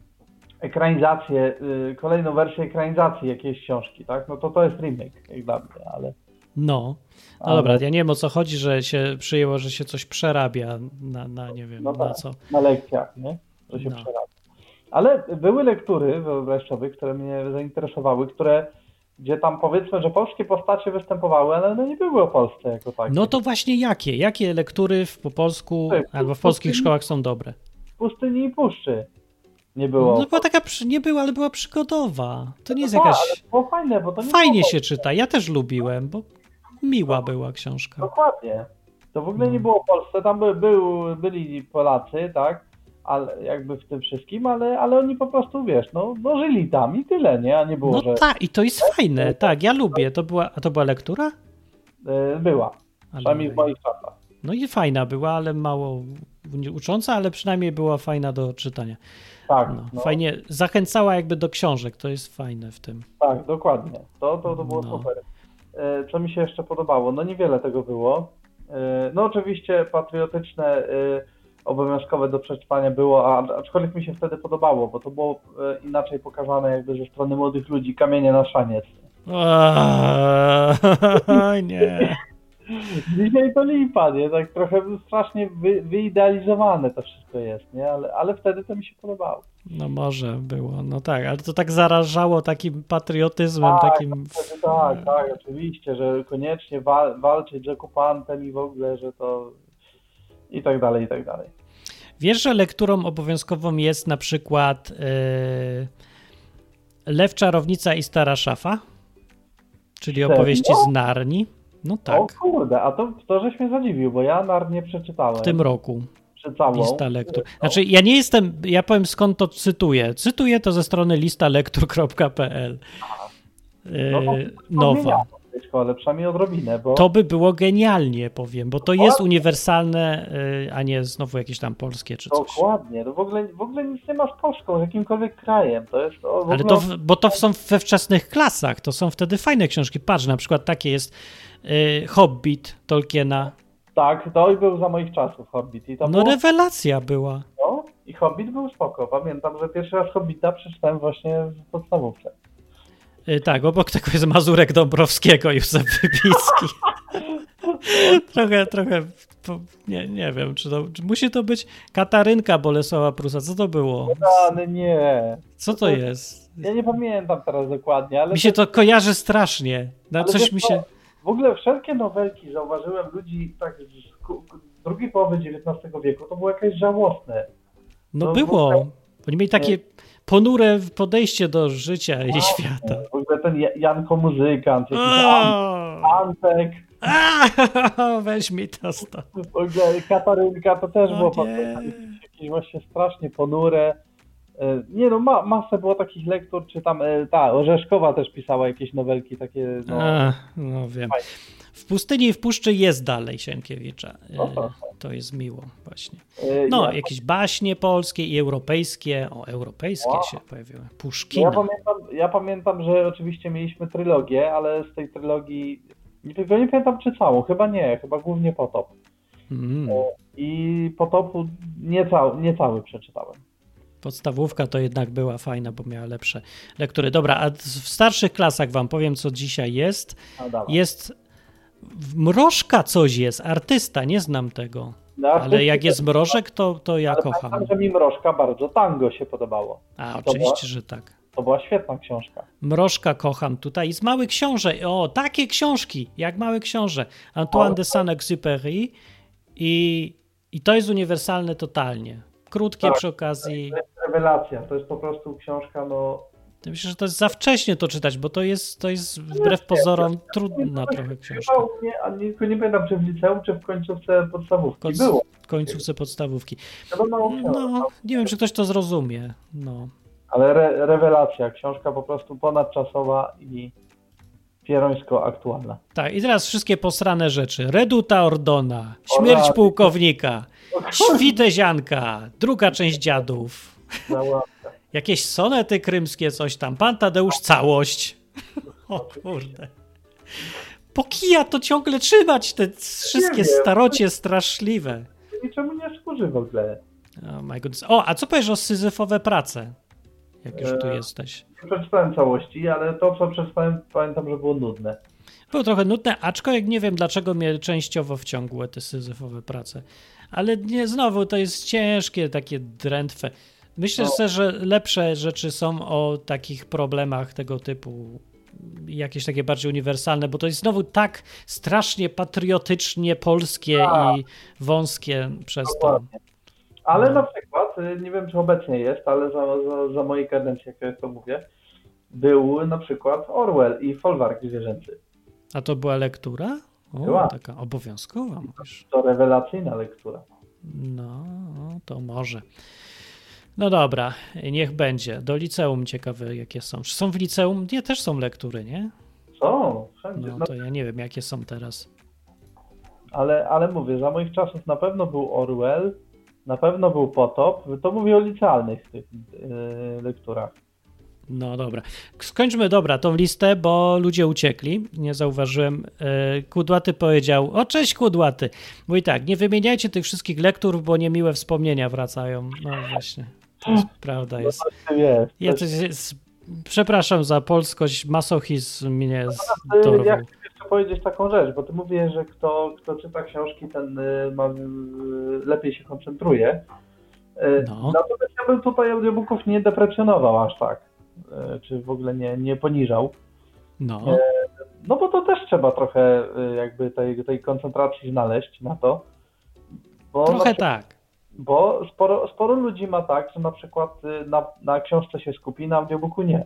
ekranizację, y, kolejną wersję ekranizacji jakiejś książki, tak? No to to jest remake, jak dla mnie, ale... No. No ale... dobra, ja nie wiem, o co chodzi, że się przyjęło, że się coś przerabia na, na nie wiem, no na tak, co. Na lekcjach, nie? Że się No. przerabia. Ale były lektury wyobraźczowe, które mnie zainteresowały, które gdzie tam powiedzmy, że polskie postacie występowały, ale one nie były o Polsce jako takie. No to właśnie jakie? Jakie lektury w, po polsku Tak, albo w pustyni- polskich szkołach są dobre? W Pustyni i Puszczy nie było. No była taka, przy- nie była, ale była przygodowa. To nie jest No tak, jakaś... ale było fajne, bo to nie Fajnie było się czyta. Ja też lubiłem, bo miła była książka. Dokładnie. To w ogóle nie było w Polsce, tam by, był, byli Polacy, tak, ale jakby w tym wszystkim, ale, ale oni po prostu, wiesz, no, no żyli tam i tyle, nie, a nie było, No że... tak, i to jest fajne, tak, ja lubię. To była, a to była lektura? Y, była, Ale, przynajmniej w moich czasach. no i fajna była, ale mało ucząca, ale przynajmniej była fajna do czytania. Tak, No, no, fajnie, zachęcała jakby do książek, to jest fajne w tym. tak, dokładnie, to, to, to było No. super. Y, co mi się jeszcze podobało? No niewiele tego było. Y, no oczywiście patriotyczne, y, obowiązkowe do przeczytania było, a, aczkolwiek mi się wtedy podobało, bo to było y, inaczej pokazane jakby ze strony młodych ludzi, kamienie na szaniec. Aaaa, nie. Dzisiaj to lipa, nie? Tak trochę strasznie wy, wyidealizowane to wszystko jest, nie? Ale, ale wtedy to mi się podobało. No może było, no tak, ale to tak zarażało takim patriotyzmem, Tak, takim... Wtedy tak, tak, oczywiście, że koniecznie wal, walczyć z okupantem i w ogóle, że to i tak dalej, i tak dalej. Wiesz, że lekturą obowiązkową jest na przykład yy, Lew, Czarownica i Stara Szafa? Czyli Serio? opowieści z Narni. No O tak, kurde, a to, to żeś mnie zadziwił, bo ja Narnię przeczytałem. w tym roku. Przy całą. Lista lektur. Znaczy, ja nie jestem, ja powiem skąd to cytuję. Cytuję to ze strony listalektur kropka p l. No to Yy, nowa. Ale przynajmniej odrobinę, bo... To by było genialnie, powiem, bo to jest uniwersalne, yy, a nie znowu jakieś tam polskie czy coś. Dokładnie, no w ogóle, w ogóle nic nie ma z Polską, z jakimkolwiek krajem. To jest to w Ale ogóle... to, w- bo to są we wczesnych klasach, to są wtedy fajne książki. Patrz, na przykład takie jest yy, Hobbit Tolkiena. Tak, to i był za moich czasów Hobbit. I to No było... rewelacja była. No, i Hobbit był spoko. Pamiętam, że pierwszy raz Hobbita przeczytałem właśnie w podstawówce. Yy, tak, obok tego jest Mazurek Dąbrowskiego, Józef Wybicki. trochę, trochę, po, nie, nie wiem, czy to, czy musi to być Katarynka Bolesława Prusa. Co to było? Ale nie. Co to jest? Ja nie pamiętam teraz dokładnie, ale... Mi się to kojarzy strasznie. Na ale coś wiesz mi co, się... W ogóle wszelkie nowelki, zauważyłem ludzi tak z ku- z drugiej połowy dziewiętnastego wieku, to było jakieś żałosne. No no, było. Oni mieli takie nie. ponure podejście do życia i świata. W ogóle ten Ja- Janko Muzykant, jakiś An- O! Antek, A, weź mi to stąd. w ogóle Katarynka, to też O było nie. pamiętam, jakieś właśnie strasznie ponure. E, Nie no, ma, masę było takich lektur, czy tam, e, ta, Orzeszkowa też pisała jakieś nowelki takie, no, A, no wiem. fajne. W pustyni i w puszczy jest dalej Sienkiewicza. O, to. E, To jest miło właśnie. E, No, ja, jakieś baśnie polskie i europejskie. O, europejskie Wow. się pojawiły. ja, Puszkina. pamiętam, ja pamiętam, że oczywiście mieliśmy trylogię, ale z tej trylogii, nie, tylko nie pamiętam czy całą, chyba nie, chyba głównie Potop. Mm. I Potopu nie, cał, nie cały przeczytałem. Podstawówka to jednak była fajna, bo miała lepsze lektury. Dobra, a w starszych klasach wam powiem, co dzisiaj jest. No, dawaj. Jest w- Mrożka coś jest, artysta, nie znam tego. No, Ale jak jest Mrożek, to, to ja ale kocham. pamiętam, że mi Mrożka bardzo tango się podobało. A, to oczywiście, że tak. To była świetna książka. Mrożka kocham tutaj. I z Małych Książę. O, takie książki, jak Małe Książę. Antoine de Saint-Exupéry i, i to jest uniwersalne totalnie. Krótkie Tak. przy okazji. To jest rewelacja, to jest po prostu książka, no... Myślę, że to jest za wcześnie to czytać, bo to jest, to jest wbrew pozorom trudna trochę książka. Chyba u mnie, a nie, tylko nie pamiętam, czy w liceum, czy w końcówce podstawówki. Końc- Było. W końcówce podstawówki. Chyba mało książek. No, nie wiem, czy ktoś to zrozumie. No. Ale re, rewelacja, książka po prostu ponadczasowa i pierońsko aktualna. Tak, i teraz wszystkie posrane rzeczy. Reduta Ordona, Śmierć Ora. pułkownika, Świtezianka, druga część Dziadów, Cała- jakieś sonety krymskie, coś tam, Pan Tadeusz Całość. O kurde. Po kija to ciągle trzymać, te wszystkie wiem. starocie straszliwe. Niczemu nie służy w ogóle. Oh my goodness. O, a co powiesz o Syzyfowe prace? Jak już tu E, jesteś. Nie przeczytałem całości, ale to, co przeczytałem, pamiętam, że było nudne. Było trochę nudne, aczkolwiek nie wiem, dlaczego mnie częściowo wciągły te Syzyfowe prace. Ale nie, znowu to jest ciężkie, takie drętwe. Myślę No. sobie, że lepsze rzeczy są o takich problemach tego typu, jakieś takie bardziej uniwersalne, bo to jest znowu tak strasznie patriotycznie polskie Tak. i wąskie przez to. Dokładnie. Ale No. na przykład, y, nie wiem czy obecnie jest, ale za, za, za mojej kadencji, jak ja to mówię, był na przykład Orwell i Folwark zwierzęcy. A to była lektura? O, Była. taka obowiązkowa mówisz. To rewelacyjna lektura. No, to może. No dobra, niech będzie. Do liceum ciekawe jakie są. Czy są w liceum? Nie, też są lektury, nie? Są, wszędzie. No No, to ja nie wiem jakie są teraz. ale, ale mówię, za moich czasów na pewno był Orwell, na pewno był Potop. To mówię o licealnych tych yy, lekturach. No dobra. Skończmy, dobra, tą listę, bo ludzie uciekli. Nie zauważyłem. Yy, Kudłaty powiedział, o cześć Kudłaty. Mówi tak, nie wymieniajcie tych wszystkich lektur, bo niemiłe wspomnienia wracają. No właśnie, to jest, prawda jest. No, jest. Ja to jest, przepraszam za polskość, masochizm mnie Yy, dorwał. Ja chcę jeszcze powiedzieć taką rzecz, bo ty mówisz, że kto, kto czyta książki, ten yy, ma, yy, lepiej się koncentruje. Yy, No. Natomiast ja bym tutaj audiobooków nie deprecjonował aż tak. Yy, czy w ogóle nie, nie poniżał. No, No bo to też trzeba trochę y, jakby tej, tej koncentracji znaleźć na to. Bo trochę na, tak. Bo sporo, sporo ludzi ma tak, że na przykład y, na, na książce się skupi, na audiobooku nie.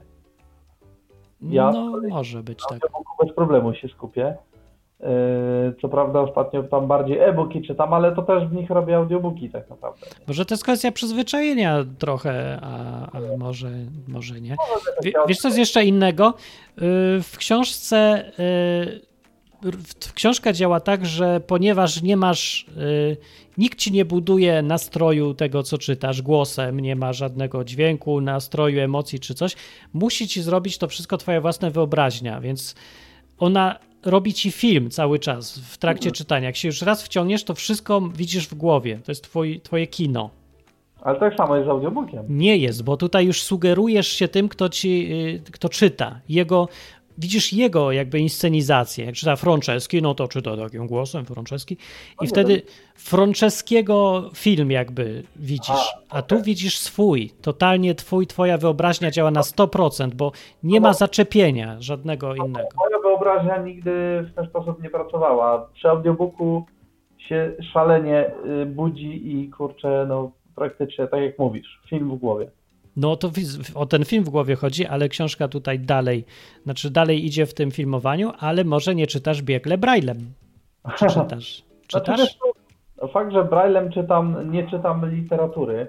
Ja No, może być Na tak. audiobooku bez problemu się skupię. Y, Co prawda ostatnio tam bardziej e-booki czytam, ale to też w nich robię audiobooki tak naprawdę. Nie? Może to jest kwestia przyzwyczajenia trochę, a, a może, może nie. Wie, wiesz, co jest jeszcze innego? Yy, W książce yy, w- książka działa tak, że ponieważ nie masz, yy, nikt ci nie buduje nastroju tego, co czytasz, głosem, nie ma żadnego dźwięku, nastroju, emocji czy coś, musi ci zrobić to wszystko twoja własna wyobraźnia, więc ona robi ci film cały czas w trakcie czytania. Jak się już raz wciągniesz, to wszystko widzisz w głowie. To jest twój, twoje kino. Ale tak samo jest z audiobookiem. Nie jest, bo tutaj już sugerujesz się tym, kto ci, y, kto czyta. Jego, widzisz jego jakby inscenizację. Jak czyta Franceski, no to czyta takim głosem Franceski i wtedy Franceskiego film jakby widzisz, a tu widzisz swój. Totalnie twój, twoja wyobraźnia działa na sto procent, bo nie ma zaczepienia żadnego innego. Moja wyobraźnia nigdy w ten sposób nie pracowała. Przy audiobooku się szalenie y, budzi i kurczę, no praktycznie tak jak mówisz, film w głowie. No to wiz- o ten film w głowie chodzi, ale książka tutaj dalej, znaczy dalej idzie w tym filmowaniu, ale może nie czytasz biegle Braillem. Czy czytasz? Znaczy, Czytasz? wiesz, no, fakt, że Braillem czytam, nie czytam literatury.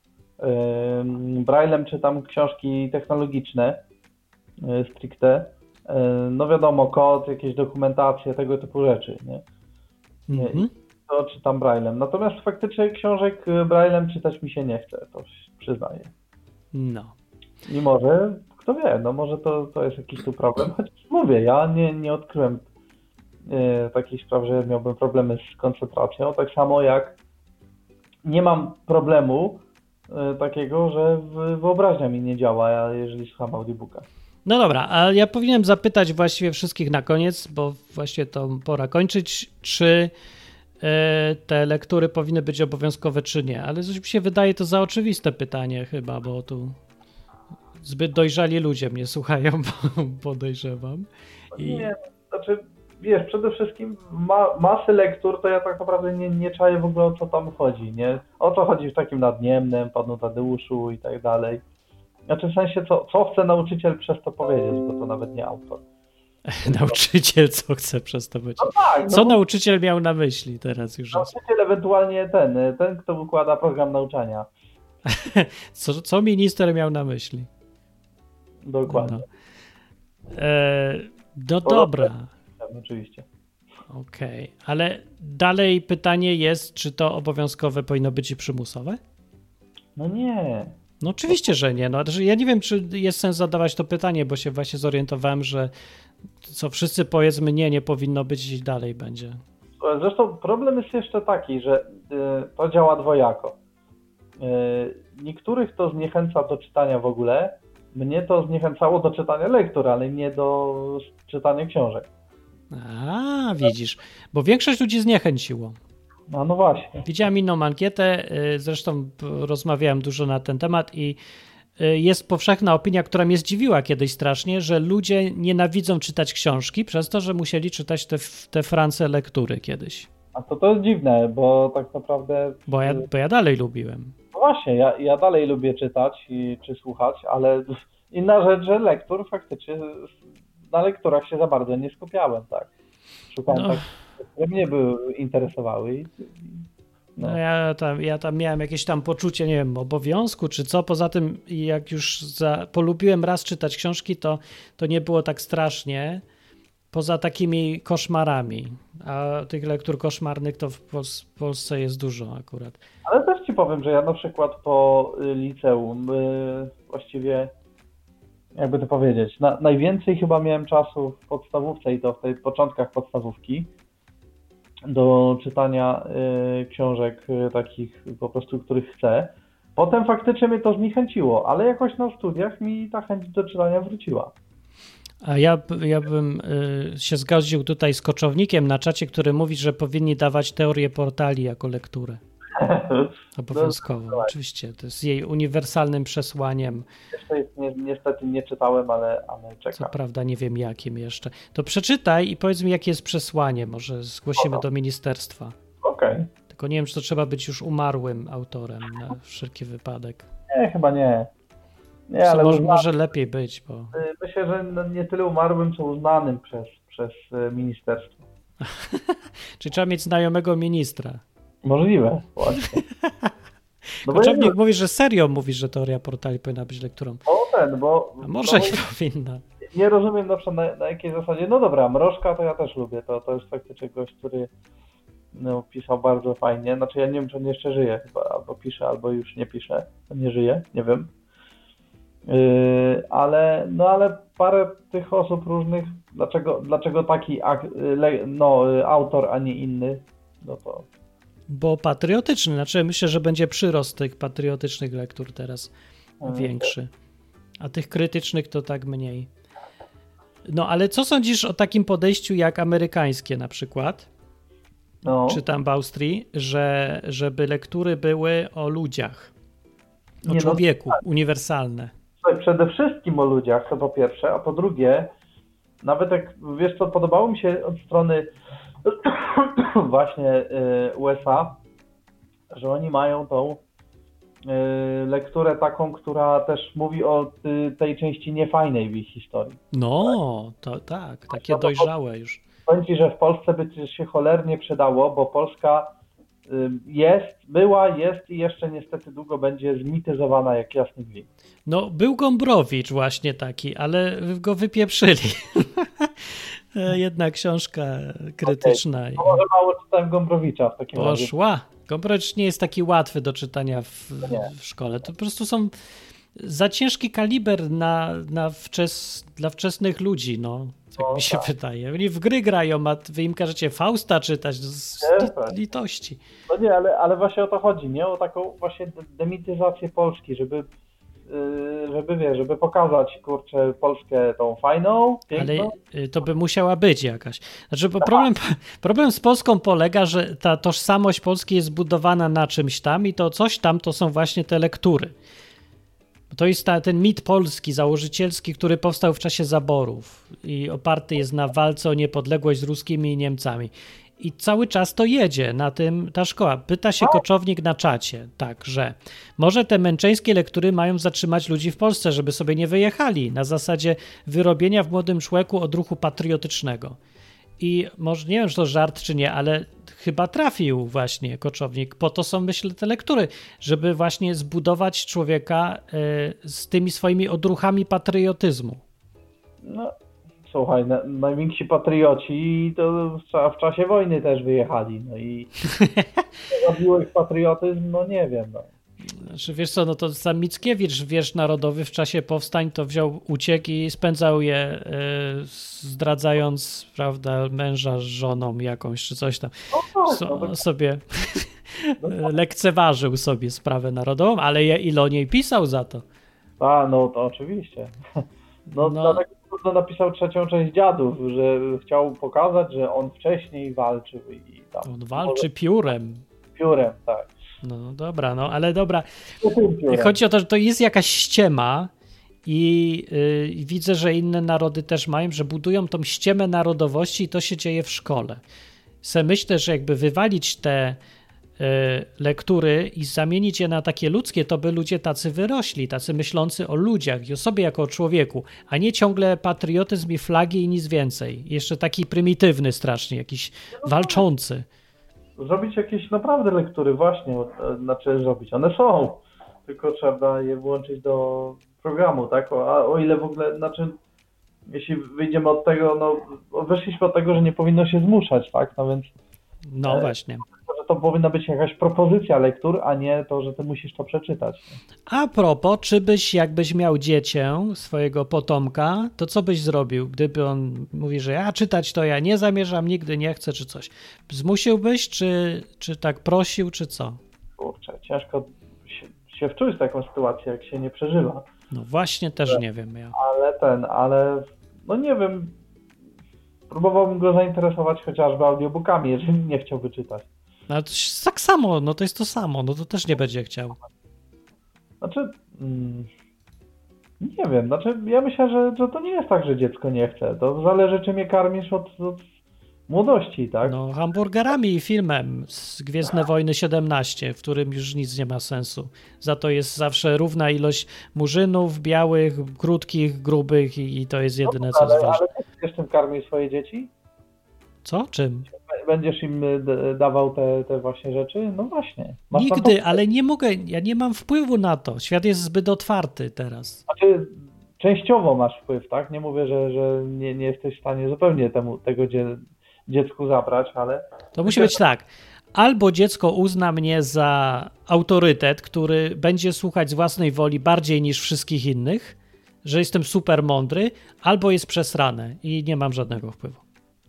Ym, Braillem czytam książki technologiczne y, stricte. Y, No wiadomo, kod, jakieś dokumentacje, tego typu rzeczy, nie? Mhm. To czytam Braillem. Natomiast faktycznie książek y, Braillem czytać mi się nie chce, to się przyznaję. No. I może, kto wie, no może to, to jest jakiś tu problem. Chociaż mówię, ja nie, nie odkryłem y, takich spraw, że miałbym problemy z koncentracją. Tak samo jak nie mam problemu y, takiego, że w- wyobraźnia mi nie działa, jeżeli słucham audiobooka. No dobra, a ja powinienem zapytać właściwie wszystkich na koniec, bo właśnie to pora kończyć, czy e, te lektury powinny być obowiązkowe, czy nie. Ale coś mi się wydaje to za oczywiste pytanie chyba, bo tu zbyt dojrzali ludzie mnie słuchają, bo podejrzewam. I... Nie, znaczy, wiesz, przede wszystkim ma, masy lektur, to ja tak naprawdę nie, nie czaję w ogóle, o co tam chodzi, nie? O co chodzi w takim nadniemnym, Panu Tadeuszu i tak dalej. Znaczy w sensie, co, co chce nauczyciel przez to powiedzieć, bo to nawet nie autor. Nauczyciel co chce przez to powiedzieć? No tak, no Co bo nauczyciel miał na myśli teraz już? Jest. nauczyciel ewentualnie ten, ten, kto układa program nauczania. Co, co minister miał na myśli? Dokładnie. No, e, no dobra. Tak, oczywiście. Okej, ale dalej pytanie jest, czy to obowiązkowe powinno być i przymusowe? No nie. No oczywiście, że nie. No, znaczy ja nie wiem, czy jest sens zadawać to pytanie, bo się właśnie zorientowałem, że co wszyscy powiedzmy nie, nie powinno być i dalej będzie. Zresztą problem jest jeszcze taki, że y, to działa dwojako. Y, niektórych to zniechęca do czytania w ogóle. Mnie to zniechęcało do czytania lektur, ale nie do czytania książek. A, widzisz, bo większość ludzi zniechęciło. No, no właśnie. Widziałem inną ankietę, y, zresztą p- rozmawiałem dużo na ten temat i y, jest powszechna opinia, która mnie zdziwiła kiedyś strasznie, że ludzie nienawidzą czytać książki przez to, że musieli czytać te, te France lektury kiedyś. A to to jest dziwne, bo tak naprawdę... Bo ja, bo ja dalej lubiłem. No właśnie, ja, ja dalej lubię czytać i, czy słuchać, ale inna rzecz, że lektur faktycznie na lekturach się za bardzo nie skupiałem, tak. szukałem No. tak, które mnie by interesowały. I, No ja tam, ja tam miałem jakieś tam poczucie, nie wiem, obowiązku czy co. Poza tym jak już za, polubiłem raz czytać książki, to, to nie było tak strasznie. Poza takimi koszmarami. A tych lektur koszmarnych to w Pols- Polsce jest dużo akurat. Ale też ci powiem, że ja na przykład po y, liceum y, właściwie, jakby to powiedzieć, na, najwięcej chyba miałem czasu w podstawówce i to w tych początkach podstawówki do czytania y, książek y, takich po prostu, których chcę. Potem faktycznie mnie to zniechęciło, ale jakoś na studiach mi ta chęć do czytania wróciła. A ja, ja bym y, się zgodził tutaj z Koczownikiem na czacie, który mówi, że powinni dawać teorię portali jako lekturę. Obowiązkowo, No, oczywiście. To jest jej uniwersalnym przesłaniem. Jeszcze jest, ni- niestety nie czytałem, ale, ale Co czekam. prawda nie wiem jakim jeszcze. To przeczytaj i powiedz mi, jakie jest przesłanie. Może zgłosimy Oho. do ministerstwa. Okej. Tylko nie wiem, czy to trzeba być już umarłym autorem na wszelki wypadek. Nie, chyba nie. Nie, Co ale może, uzna... może lepiej być, bo... myślę, że no nie tyle umarłym, co uznanym przez, przez y, ministerstwo. Czyli trzeba mieć znajomego ministra. Możliwe, właśnie. No bo Koczownik ja, mówi, że serio mówi, że teoria portali powinna być lekturą. o ten, bo A może no, nie powinna. nie rozumiem na przykład na, na jakiej zasadzie, no dobra, Mrożka to ja też lubię, to, to jest faktycznie gość, który no, pisał bardzo fajnie, znaczy ja nie wiem, czy on jeszcze żyje chyba, albo pisze, albo już nie pisze, nie żyje, nie wiem. Yy, ale, no ale parę tych osób różnych, dlaczego, dlaczego taki ak- le, no, autor, a nie inny, no to... Bo patriotyczny, znaczy myślę, że będzie przyrost tych patriotycznych lektur teraz większy, a tych krytycznych to tak mniej. No ale co sądzisz o takim podejściu jak amerykańskie na przykład, No. czy tam w Austrii, że żeby lektury były o ludziach, o Nie, no, człowieku, uniwersalne. Słuchaj, przede wszystkim o ludziach, to po pierwsze, a po drugie, nawet jak, wiesz co, podobało mi się od strony właśnie y, U S A, że oni mają tą y, lekturę taką, która też mówi o y, tej części niefajnej w ich historii. No, to tak, takie dojrzałe już. Powiem ci, że w Polsce by się cholernie przydało, bo Polska y, jest, była, jest i jeszcze niestety długo będzie zmityzowana jak jasny gwint. No, był Gombrowicz właśnie taki, ale go wypieprzyli. Jedna książka krytyczna. Okay. No może mało czytałem Gombrowicza w takim razie. Poszła. Gombrowicz nie jest taki łatwy do czytania w, Nie. w szkole. To po prostu są za ciężki kaliber na, na wczes, dla wczesnych ludzi, no. Tak No, mi się tak. wydaje. Oni w gry grają, a wy im każecie Fausta czytać z Nie, li, tak. litości. No nie, ale, ale właśnie o to chodzi, nie? O taką właśnie de- demityzację Polski, żeby, yy, żeby wiesz, żeby pokazać, kurczę, Polskę tą fajną, piękną. Ale y, to by musiała być jakaś. Znaczy, bo problem, problem z Polską polega, że ta tożsamość Polski jest zbudowana na czymś tam i to coś tam to są właśnie te lektury. To jest ta, ten mit polski, założycielski, który powstał w czasie zaborów i oparty jest na walce o niepodległość z ruskimi i Niemcami. I cały czas to jedzie na tym ta szkoła. Pyta się Koczownik na czacie, tak, że może te męczeńskie lektury mają zatrzymać ludzi w Polsce, żeby sobie nie wyjechali, na zasadzie wyrobienia w młodym człowieku odruchu patriotycznego. I może nie wiem, czy to żart, czy nie, ale chyba trafił właśnie Koczownik. Po to są, myślę, te lektury, żeby właśnie zbudować człowieka y, z tymi swoimi odruchami patriotyzmu. No, słuchaj, na, najwięksi patrioci to w, cza- w czasie wojny też wyjechali, no i zabił ich patriotyzm, no nie wiem, no. Znaczy, wiesz co, no to sam Mickiewicz, wiersz narodowy w czasie powstań to wziął, uciekł i spędzał je y, zdradzając, prawda, męża z żoną jakąś, czy coś tam. No tak, So, no, to, sobie lekceważył sobie sprawę narodową, ale je Iloniej pisał za to. a, no to oczywiście. No, No. dlatego trudno napisał trzecią część Dziadów, że chciał pokazać, że on wcześniej walczył i tam. On walczy piórem. Piórem, tak. No dobra, no ale dobra. Piórem. Chodzi o to, że to jest jakaś ściema i yy, widzę, że inne narody też mają, że budują tą ściemę narodowości i to się dzieje w szkole. Se myślę, że jakby wywalić te lektury i zamienić je na takie ludzkie, to by ludzie tacy wyrośli, tacy myślący o ludziach i o sobie jako o człowieku, a nie ciągle patriotyzm i flagi i nic więcej. Jeszcze taki prymitywny strasznie, jakiś walczący. Zrobić jakieś naprawdę lektury właśnie, znaczy zrobić, one są, tylko trzeba je włączyć do programu, tak? A o ile w ogóle, znaczy jeśli wyjdziemy od tego, no wyszliśmy od tego, że nie powinno się zmuszać, tak? No więc No e, właśnie. Że to powinna być jakaś propozycja lektur, a nie to, że ty musisz to przeczytać. A propos, czy byś, jakbyś miał dziecię, swojego potomka, to co byś zrobił, gdyby on mówi, że ja czytać to ja nie zamierzam, nigdy nie chcę, czy coś? Zmusiłbyś, czy, czy tak prosił, czy co? Kurczę, ciężko się, się wczuć w taką sytuację, jak się nie przeżywa. No właśnie też ale, nie wiem ja. Ale ten, ale no nie wiem, próbowałbym go zainteresować chociażby audiobookami, jeżeli nie chciałby czytać. No to tak samo, no to jest to samo, no to też nie będzie chciał. Znaczy, mm, nie wiem, znaczy ja myślę, że, że to nie jest tak, że dziecko nie chce. To zależy, czym je karmisz od, od młodości, tak? No hamburgerami i filmem z Gwiezdne Wojny siedemnaście, w którym już nic nie ma sensu. Za to jest zawsze równa ilość murzynów, białych, krótkich, grubych i, i to jest jedyne, no, co ale, jest ważne. Ale będziesz tym karmił swoje dzieci? Co? Czym? Będziesz im dawał te, te właśnie rzeczy? No właśnie. Masz Nigdy, ale nie mogę, ja nie mam wpływu na to. Świat jest zbyt otwarty teraz. Znaczy, częściowo masz wpływ, tak? Nie mówię, że, że nie, nie jesteś w stanie zupełnie temu, tego dzie, dziecku zabrać, ale... To musi być tak. Albo dziecko uzna mnie za autorytet, który będzie słuchać z własnej woli bardziej niż wszystkich innych, że jestem super mądry, albo jest przesrane i nie mam żadnego wpływu.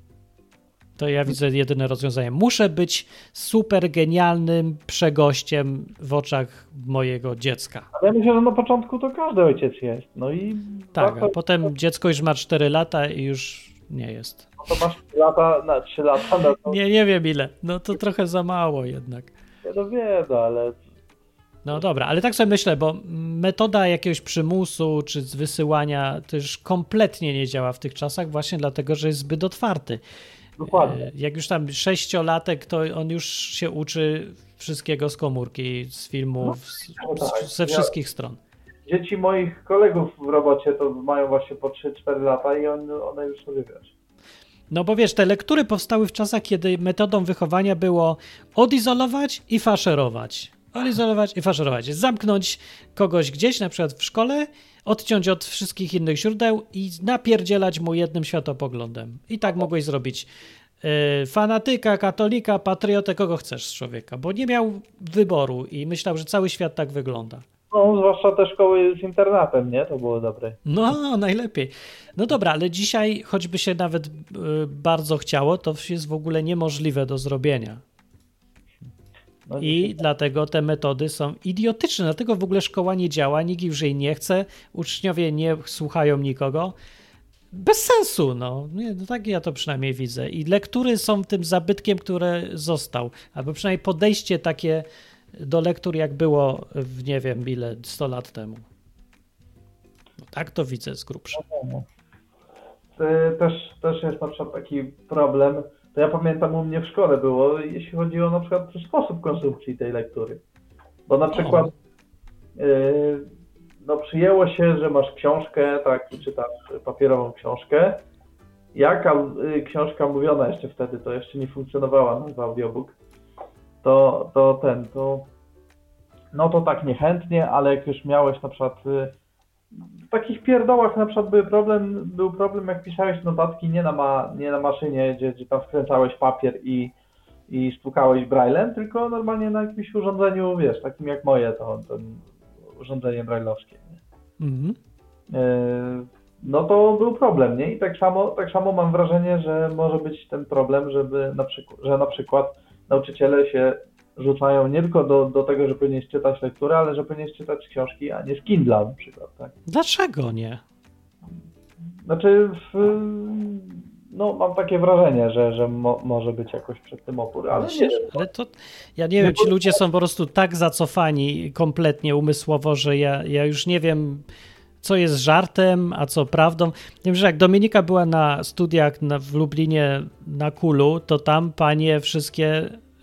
To ja widzę jedyne rozwiązanie. Muszę być super genialnym przegościem w oczach mojego dziecka. Ale ja myślę, że na początku to każdy ojciec jest. No i tak, a potem dziecko już ma cztery lata i już nie jest. No to masz trzy lata, na trzy lata. No to... Nie, nie wiem ile. No to trochę za mało jednak. Ja to wiem, ale... No dobra, ale tak sobie myślę, bo metoda jakiegoś przymusu czy wysyłania to już kompletnie nie działa w tych czasach właśnie dlatego, że jest zbyt otwarty. Dokładnie. Jak już tam sześciolatek, to on już się uczy wszystkiego z komórki, z filmów, no, z, tak. ze wszystkich ja, stron. Dzieci moich kolegów w robocie to mają właśnie po trzy cztery lata i on, one już sobie wiesz. No bo wiesz, te lektury powstały w czasach, kiedy metodą wychowania było odizolować i faszerować. Odizolować i faszerować. Zamknąć kogoś gdzieś, na przykład w szkole, odciąć od wszystkich innych źródeł i napierdzielać mu jednym światopoglądem. I tak mogłeś zrobić yy, fanatyka, katolika, patriotę, kogo chcesz z człowieka, bo nie miał wyboru i myślał, że cały świat tak wygląda. No, zwłaszcza te szkoły z internatem, nie? To było dobre. No, najlepiej. No dobra, ale dzisiaj, choćby się nawet yy, bardzo chciało, to jest w ogóle niemożliwe do zrobienia. No I dlatego te metody są idiotyczne, dlatego w ogóle szkoła nie działa, nikt już jej nie chce, uczniowie nie słuchają nikogo. Bez sensu, no. Nie, no tak ja to przynajmniej widzę. I lektury są tym zabytkiem, który został. Albo przynajmniej podejście takie do lektur, jak było w nie wiem ile, sto lat temu. No, tak to widzę z grubsza. Też, też jest na przykład taki problem. To ja pamiętam, u mnie w szkole było, jeśli chodzi o na przykład sposób konsumpcji tej lektury. Bo na przykład yy, no przyjęło się, że masz książkę, tak, i czytasz papierową książkę. Jaka yy, książka mówiona jeszcze wtedy, to jeszcze nie funkcjonowała nazwa audiobook, to, to ten, to no to tak niechętnie, ale jak już miałeś na przykład yy, w takich pierdołach na przykład był problem, był problem jak pisałeś notatki nie na, ma, nie na maszynie, gdzie, gdzie tam wkręcałeś papier i, i stukałeś braillem, tylko normalnie na jakimś urządzeniu, wiesz, takim jak moje, to, to urządzenie brailleowskie. Mhm. Yy, no to był problem, nie? I tak samo, tak samo mam wrażenie, że może być ten problem, żeby na przykład, że na przykład nauczyciele się rzucają nie tylko do, do tego, że powinieneś czytać lekturę, ale że powinieneś czytać książki, a nie z Kindla na przykład, tak? Dlaczego nie? Znaczy, w, no mam takie wrażenie, że, że mo, może być jakoś przed tym opór, ale nie. Ale to, ja nie wiem, ci ludzie są po prostu tak zacofani kompletnie umysłowo, że ja, ja już nie wiem, co jest żartem, a co prawdą. Wiem, że jak Dominika była na studiach na, w Lublinie na Kulu, to tam panie wszystkie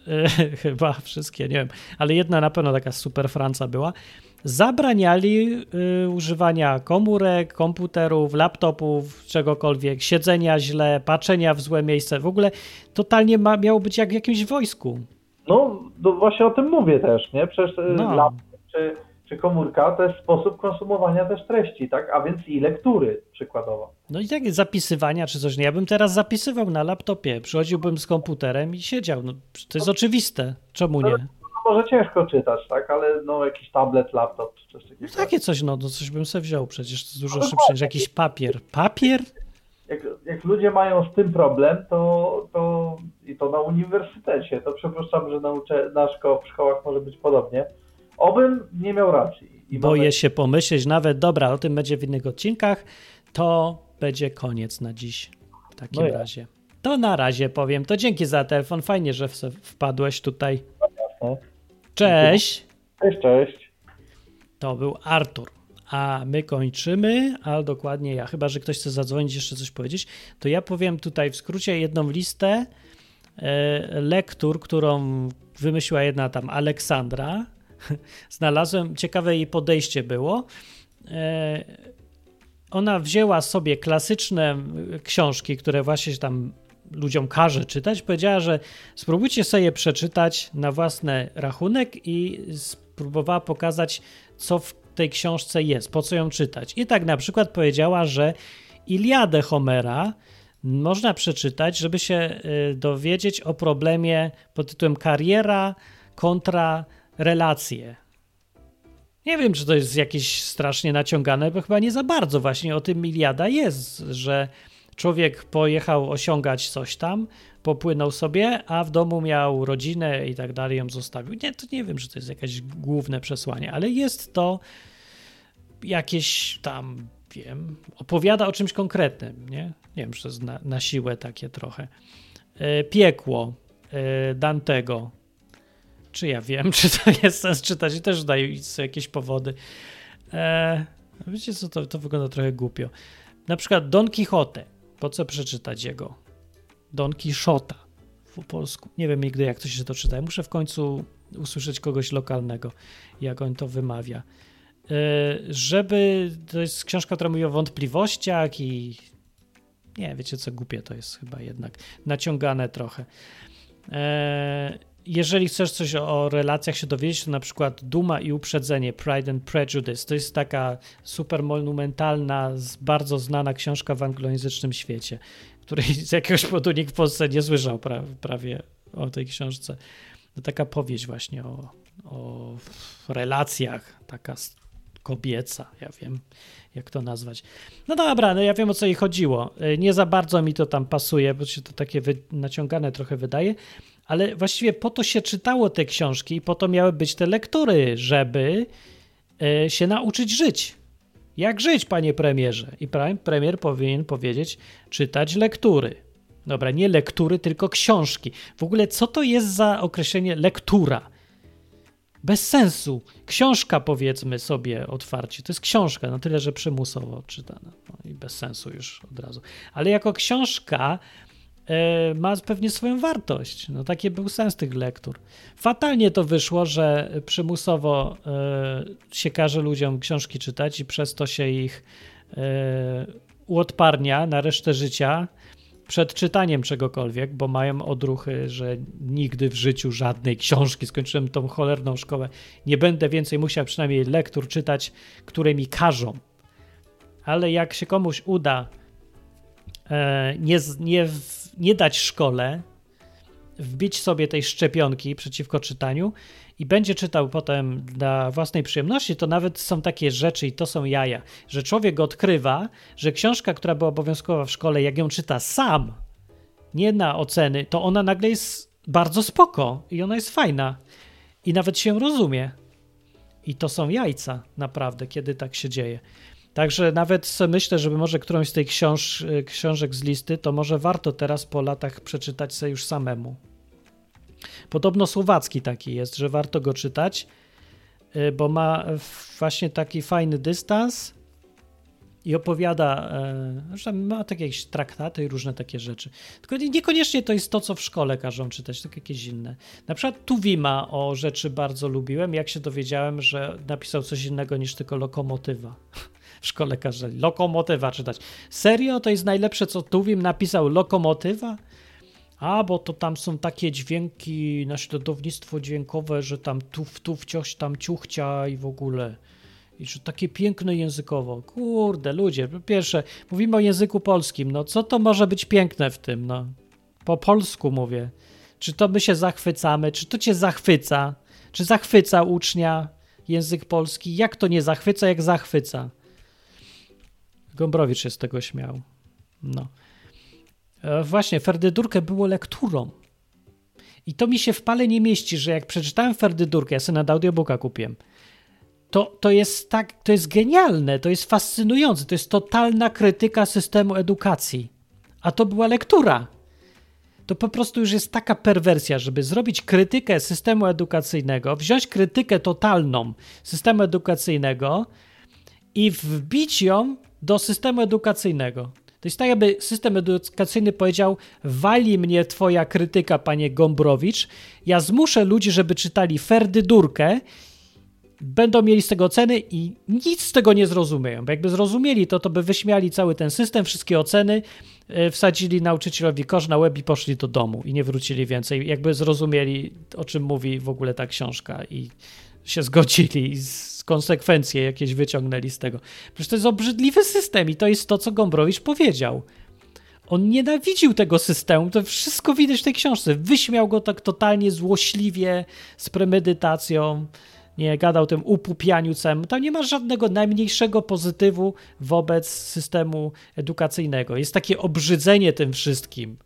yy, chyba wszystkie, nie wiem, ale jedna na pewno taka super Franca była, zabraniali yy, używania komórek, komputerów, laptopów, czegokolwiek, siedzenia źle, patrzenia w złe miejsce. W ogóle totalnie ma, miało być jak w jakimś wojsku. No, no właśnie o tym mówię też, nie? Przecież No. laptop czy, czy komórka to jest sposób konsumowania też treści, tak? A więc i lektury przykładowo. No i tak zapisywania czy coś. Nie, ja bym teraz zapisywał na laptopie, przychodziłbym z komputerem i siedział. No, to jest oczywiste. Czemu nie? No, może ciężko czytać, tak? Ale no jakiś tablet, laptop czy coś takiego. No takie coś, no to coś bym sobie wziął przecież. To jest dużo szybsze niż jakiś papier. Papier? Jak, jak ludzie mają z tym problem, to, to i to na uniwersytecie, to przypuszczam, że na, ucze, na szko, w szkołach może być podobnie. Obym nie miał racji. I Boję mamy... się pomyśleć nawet, dobra, o tym będzie w innych odcinkach, to będzie koniec na dziś w takim No ja. razie. To na razie powiem, to dzięki za telefon, fajnie, że wpadłeś tutaj. Jasne. Cześć, Cześć, cześć. to był Artur, a my kończymy, a dokładnie ja, chyba że ktoś chce zadzwonić, jeszcze coś powiedzieć, to ja powiem tutaj w skrócie jedną listę e, lektur, którą wymyśliła jedna tam Aleksandra. Znalazłem, ciekawe jej podejście było. E, ona wzięła sobie klasyczne książki, które właśnie się tam ludziom każe czytać. Powiedziała, że spróbujcie sobie je przeczytać na własny rachunek i spróbowała pokazać, co w tej książce jest, po co ją czytać. I tak na przykład powiedziała, że Iliadę Homera można przeczytać, żeby się dowiedzieć o problemie pod tytułem kariera kontra relacje. Nie wiem, czy to jest jakieś strasznie naciągane, bo chyba nie za bardzo właśnie o tym Iliada jest, że człowiek pojechał osiągać coś tam, popłynął sobie, a w domu miał rodzinę i tak dalej, ją zostawił. Nie, to nie wiem, czy to jest jakieś główne przesłanie, ale jest to jakieś tam, wiem, opowiada o czymś konkretnym, nie? Nie wiem, czy to jest na, na siłę takie trochę. E, piekło e, Dantego. Czy ja wiem, czy to jest sens czytać i też dają jakieś powody. E, wiecie co, to, to wygląda trochę głupio. Na przykład Don Quixote. Po co przeczytać jego? Don Quixota po polsku. Nie wiem nigdy, jak to się to czyta. Muszę w końcu usłyszeć kogoś lokalnego, jak on to wymawia. E, żeby... To jest książka, która mówi o wątpliwościach i... Nie, wiecie co, głupie to jest chyba jednak. Naciągane trochę. E, jeżeli chcesz coś o relacjach się dowiedzieć, to na przykład Duma i Uprzedzenie, Pride and Prejudice, to jest taka super monumentalna, bardzo znana książka w anglojęzycznym świecie, której z jakiegoś powodu nikt w Polsce nie słyszał pra, prawie o tej książce. To taka powieść właśnie o, o relacjach, taka kobieca, ja wiem, jak to nazwać. No dobra, no ja wiem, o co jej chodziło. Nie za bardzo mi to tam pasuje, bo się to takie wy, naciągane trochę wydaje, ale właściwie po to się czytało te książki i po to miały być te lektury, żeby y, się nauczyć żyć. Jak żyć, panie premierze? I premier powinien powiedzieć, czytać lektury. Dobra, nie lektury, tylko książki. W ogóle co to jest za określenie lektura? Bez sensu. Książka, powiedzmy sobie otwarcie. To jest książka, no tyle, że przymusowo czytana. No i bez sensu już od razu. Ale jako książka e, ma pewnie swoją wartość. No taki był sens tych lektur. Fatalnie to wyszło, że przymusowo e, się każe ludziom książki czytać i przez to się ich e, uodparnia na resztę życia przed czytaniem czegokolwiek, bo mają odruchy, że nigdy w życiu żadnej książki, skończyłem tą cholerną szkołę, nie będę więcej musiał przynajmniej lektur czytać, które mi każą. Ale jak się komuś uda e, nie, nie, nie dać szkole, wbić sobie tej szczepionki przeciwko czytaniu i będzie czytał potem dla własnej przyjemności, to nawet są takie rzeczy i to są jaja, że człowiek odkrywa, że książka, która była obowiązkowa w szkole, jak ją czyta sam, nie na oceny, to ona nagle jest bardzo spoko i ona jest fajna i nawet się rozumie. I to są jajca naprawdę, kiedy tak się dzieje. Także nawet sobie myślę, żeby może którąś z tych książ, książek z listy, to może warto teraz po latach przeczytać sobie już samemu. Podobno słowacki taki jest, że warto go czytać, bo ma właśnie taki fajny dystans i opowiada, e, że ma takie jakieś traktaty i różne takie rzeczy. Tylko niekoniecznie to jest to, co w szkole każą czytać, tylko jakieś inne. Na przykład Tuwima o rzeczy bardzo lubiłem, jak się dowiedziałem, że napisał coś innego niż tylko Lokomotywa. W szkole każdej. Lokomotywa czytać. Serio? To jest najlepsze, co Tuwim napisał? Lokomotywa? A, bo to tam są takie dźwięki, naśladownictwo dźwiękowe, że tam tuf, tuf, cioś tam ciuchcia i w ogóle. I że takie piękne językowo. Kurde, ludzie, po pierwsze, mówimy o języku polskim, no co to może być piękne w tym, no? Po polsku mówię. Czy to my się zachwycamy? Czy to cię zachwyca? Czy zachwyca ucznia język polski? Jak to nie zachwyca, jak zachwyca? Gombrowicz się z tego śmiał. No. E, właśnie, Ferdydurkę było lekturą. I to mi się w pale nie mieści, że jak przeczytałem Ferdydurkę, ja sobie nad audiobooka kupiłem, to, to jest tak, to jest genialne, to jest fascynujące, to jest totalna krytyka systemu edukacji. A to była lektura. To po prostu już jest taka perwersja, żeby zrobić krytykę systemu edukacyjnego, wziąć krytykę totalną systemu edukacyjnego i wbić ją do systemu edukacyjnego. To jest tak, jakby system edukacyjny powiedział: wali mnie twoja krytyka, panie Gombrowicz, ja zmuszę ludzi, żeby czytali Ferdydurkę, będą mieli z tego oceny i nic z tego nie zrozumieją, bo jakby zrozumieli to, to by wyśmiali cały ten system, wszystkie oceny, wsadzili nauczycielowi kosz na łeb i poszli do domu i nie wrócili więcej. Jakby zrozumieli, o czym mówi w ogóle ta książka i się zgodzili i z konsekwencje jakieś wyciągnęli z tego. Przecież to jest obrzydliwy system i to jest to, co Gombrowicz powiedział. On nienawidził tego systemu, to wszystko widać w tej książce. Wyśmiał go tak totalnie złośliwie, z premedytacją, nie gadał o tym upupianiu całym. Tam nie ma żadnego najmniejszego pozytywu wobec systemu edukacyjnego. Jest takie obrzydzenie tym wszystkim.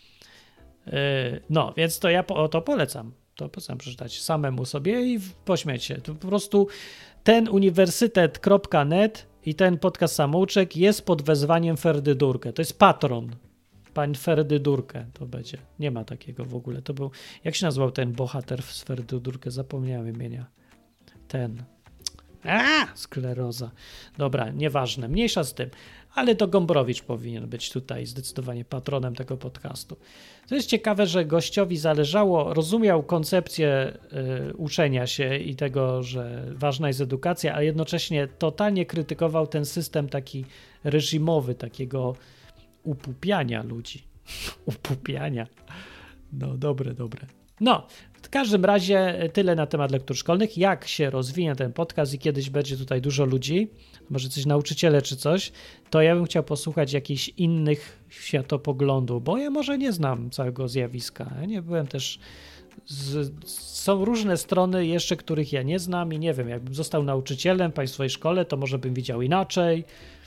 No, więc to ja po, to polecam. To polecam przeczytać samemu sobie i pośmiać się. To po prostu ten uniwersytet kropka net i ten podcast Samouczek jest pod wezwaniem Ferdydurkę. To jest patron. Pan Ferdydurkę to będzie. Nie ma takiego w ogóle. To był, jak się nazywał ten bohater z Ferdydurkę? Zapomniałem imienia. Ten. A, skleroza. Dobra, nieważne. Mniejsza z tym. Ale to Gombrowicz powinien być tutaj zdecydowanie patronem tego podcastu. To jest ciekawe, że gościowi zależało, rozumiał koncepcję y, uczenia się i tego, że ważna jest edukacja, a jednocześnie totalnie krytykował ten system taki reżimowy, takiego upupiania ludzi. Upupiania. No, dobre, dobre. No, w każdym razie tyle na temat lektur szkolnych. Jak się rozwinie ten podcast i kiedyś będzie tutaj dużo ludzi, może coś nauczyciele czy coś, to ja bym chciał posłuchać jakichś innych światopoglądów, bo ja może nie znam całego zjawiska. Ja nie byłem też... Z, są różne strony jeszcze, których ja nie znam i nie wiem, jakbym został nauczycielem w państwowej szkole, to może bym widział inaczej,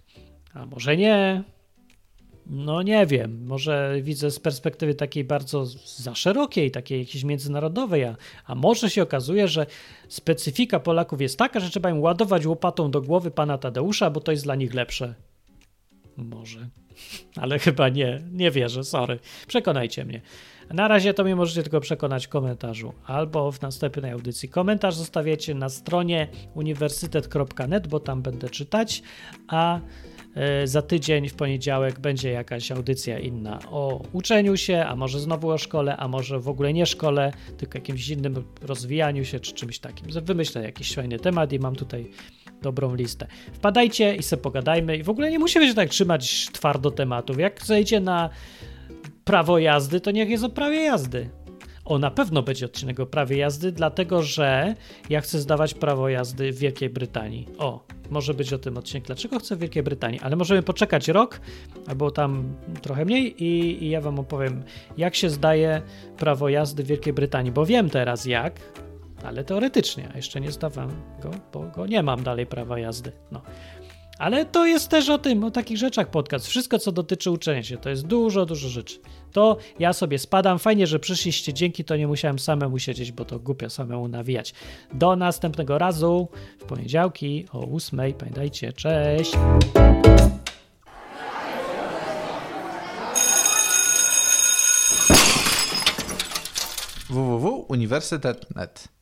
a może nie. No nie wiem, może widzę z perspektywy takiej bardzo za szerokiej, takiej jakiejś międzynarodowej, a, a może się okazuje, że specyfika Polaków jest taka, że trzeba im ładować łopatą do głowy pana Tadeusza, bo to jest dla nich lepsze. Może, ale chyba nie, nie wierzę, sorry. Przekonajcie mnie. Na razie to mnie możecie tylko przekonać w komentarzu albo w następnej audycji. Komentarz zostawiacie na stronie uniwersytet kropka net, bo tam będę czytać, a za tydzień w poniedziałek będzie jakaś audycja inna o uczeniu się, a może znowu o szkole, a może w ogóle nie szkole, tylko jakimś innym rozwijaniu się czy czymś takim. Wymyślę jakiś fajny temat i mam tutaj dobrą listę. Wpadajcie i se pogadajmy i w ogóle nie musimy się tak trzymać twardo tematów. Jak zejdzie na prawo jazdy, to niech jest o prawie jazdy. O, na pewno będzie odcinek o prawie jazdy, dlatego że ja chcę zdawać prawo jazdy w Wielkiej Brytanii. O, może być o tym odcinek, dlaczego chcę w Wielkiej Brytanii, ale możemy poczekać rok, albo tam trochę mniej i, i ja wam opowiem, jak się zdaje prawo jazdy w Wielkiej Brytanii, bo wiem teraz jak, ale teoretycznie, a jeszcze nie zdawałem go, bo go nie mam dalej prawa jazdy. No. Ale to jest też o tym, o takich rzeczach podcast. Wszystko, co dotyczy uczenia się, to jest dużo, dużo rzeczy. To ja sobie spadam. Fajnie, że przyszliście. Dzięki, to nie musiałem samemu siedzieć, bo to głupio samemu nawijać. Do następnego razu w poniedziałki o ósmej. Pamiętajcie, cześć! w w w kropka uniwersytet kropka net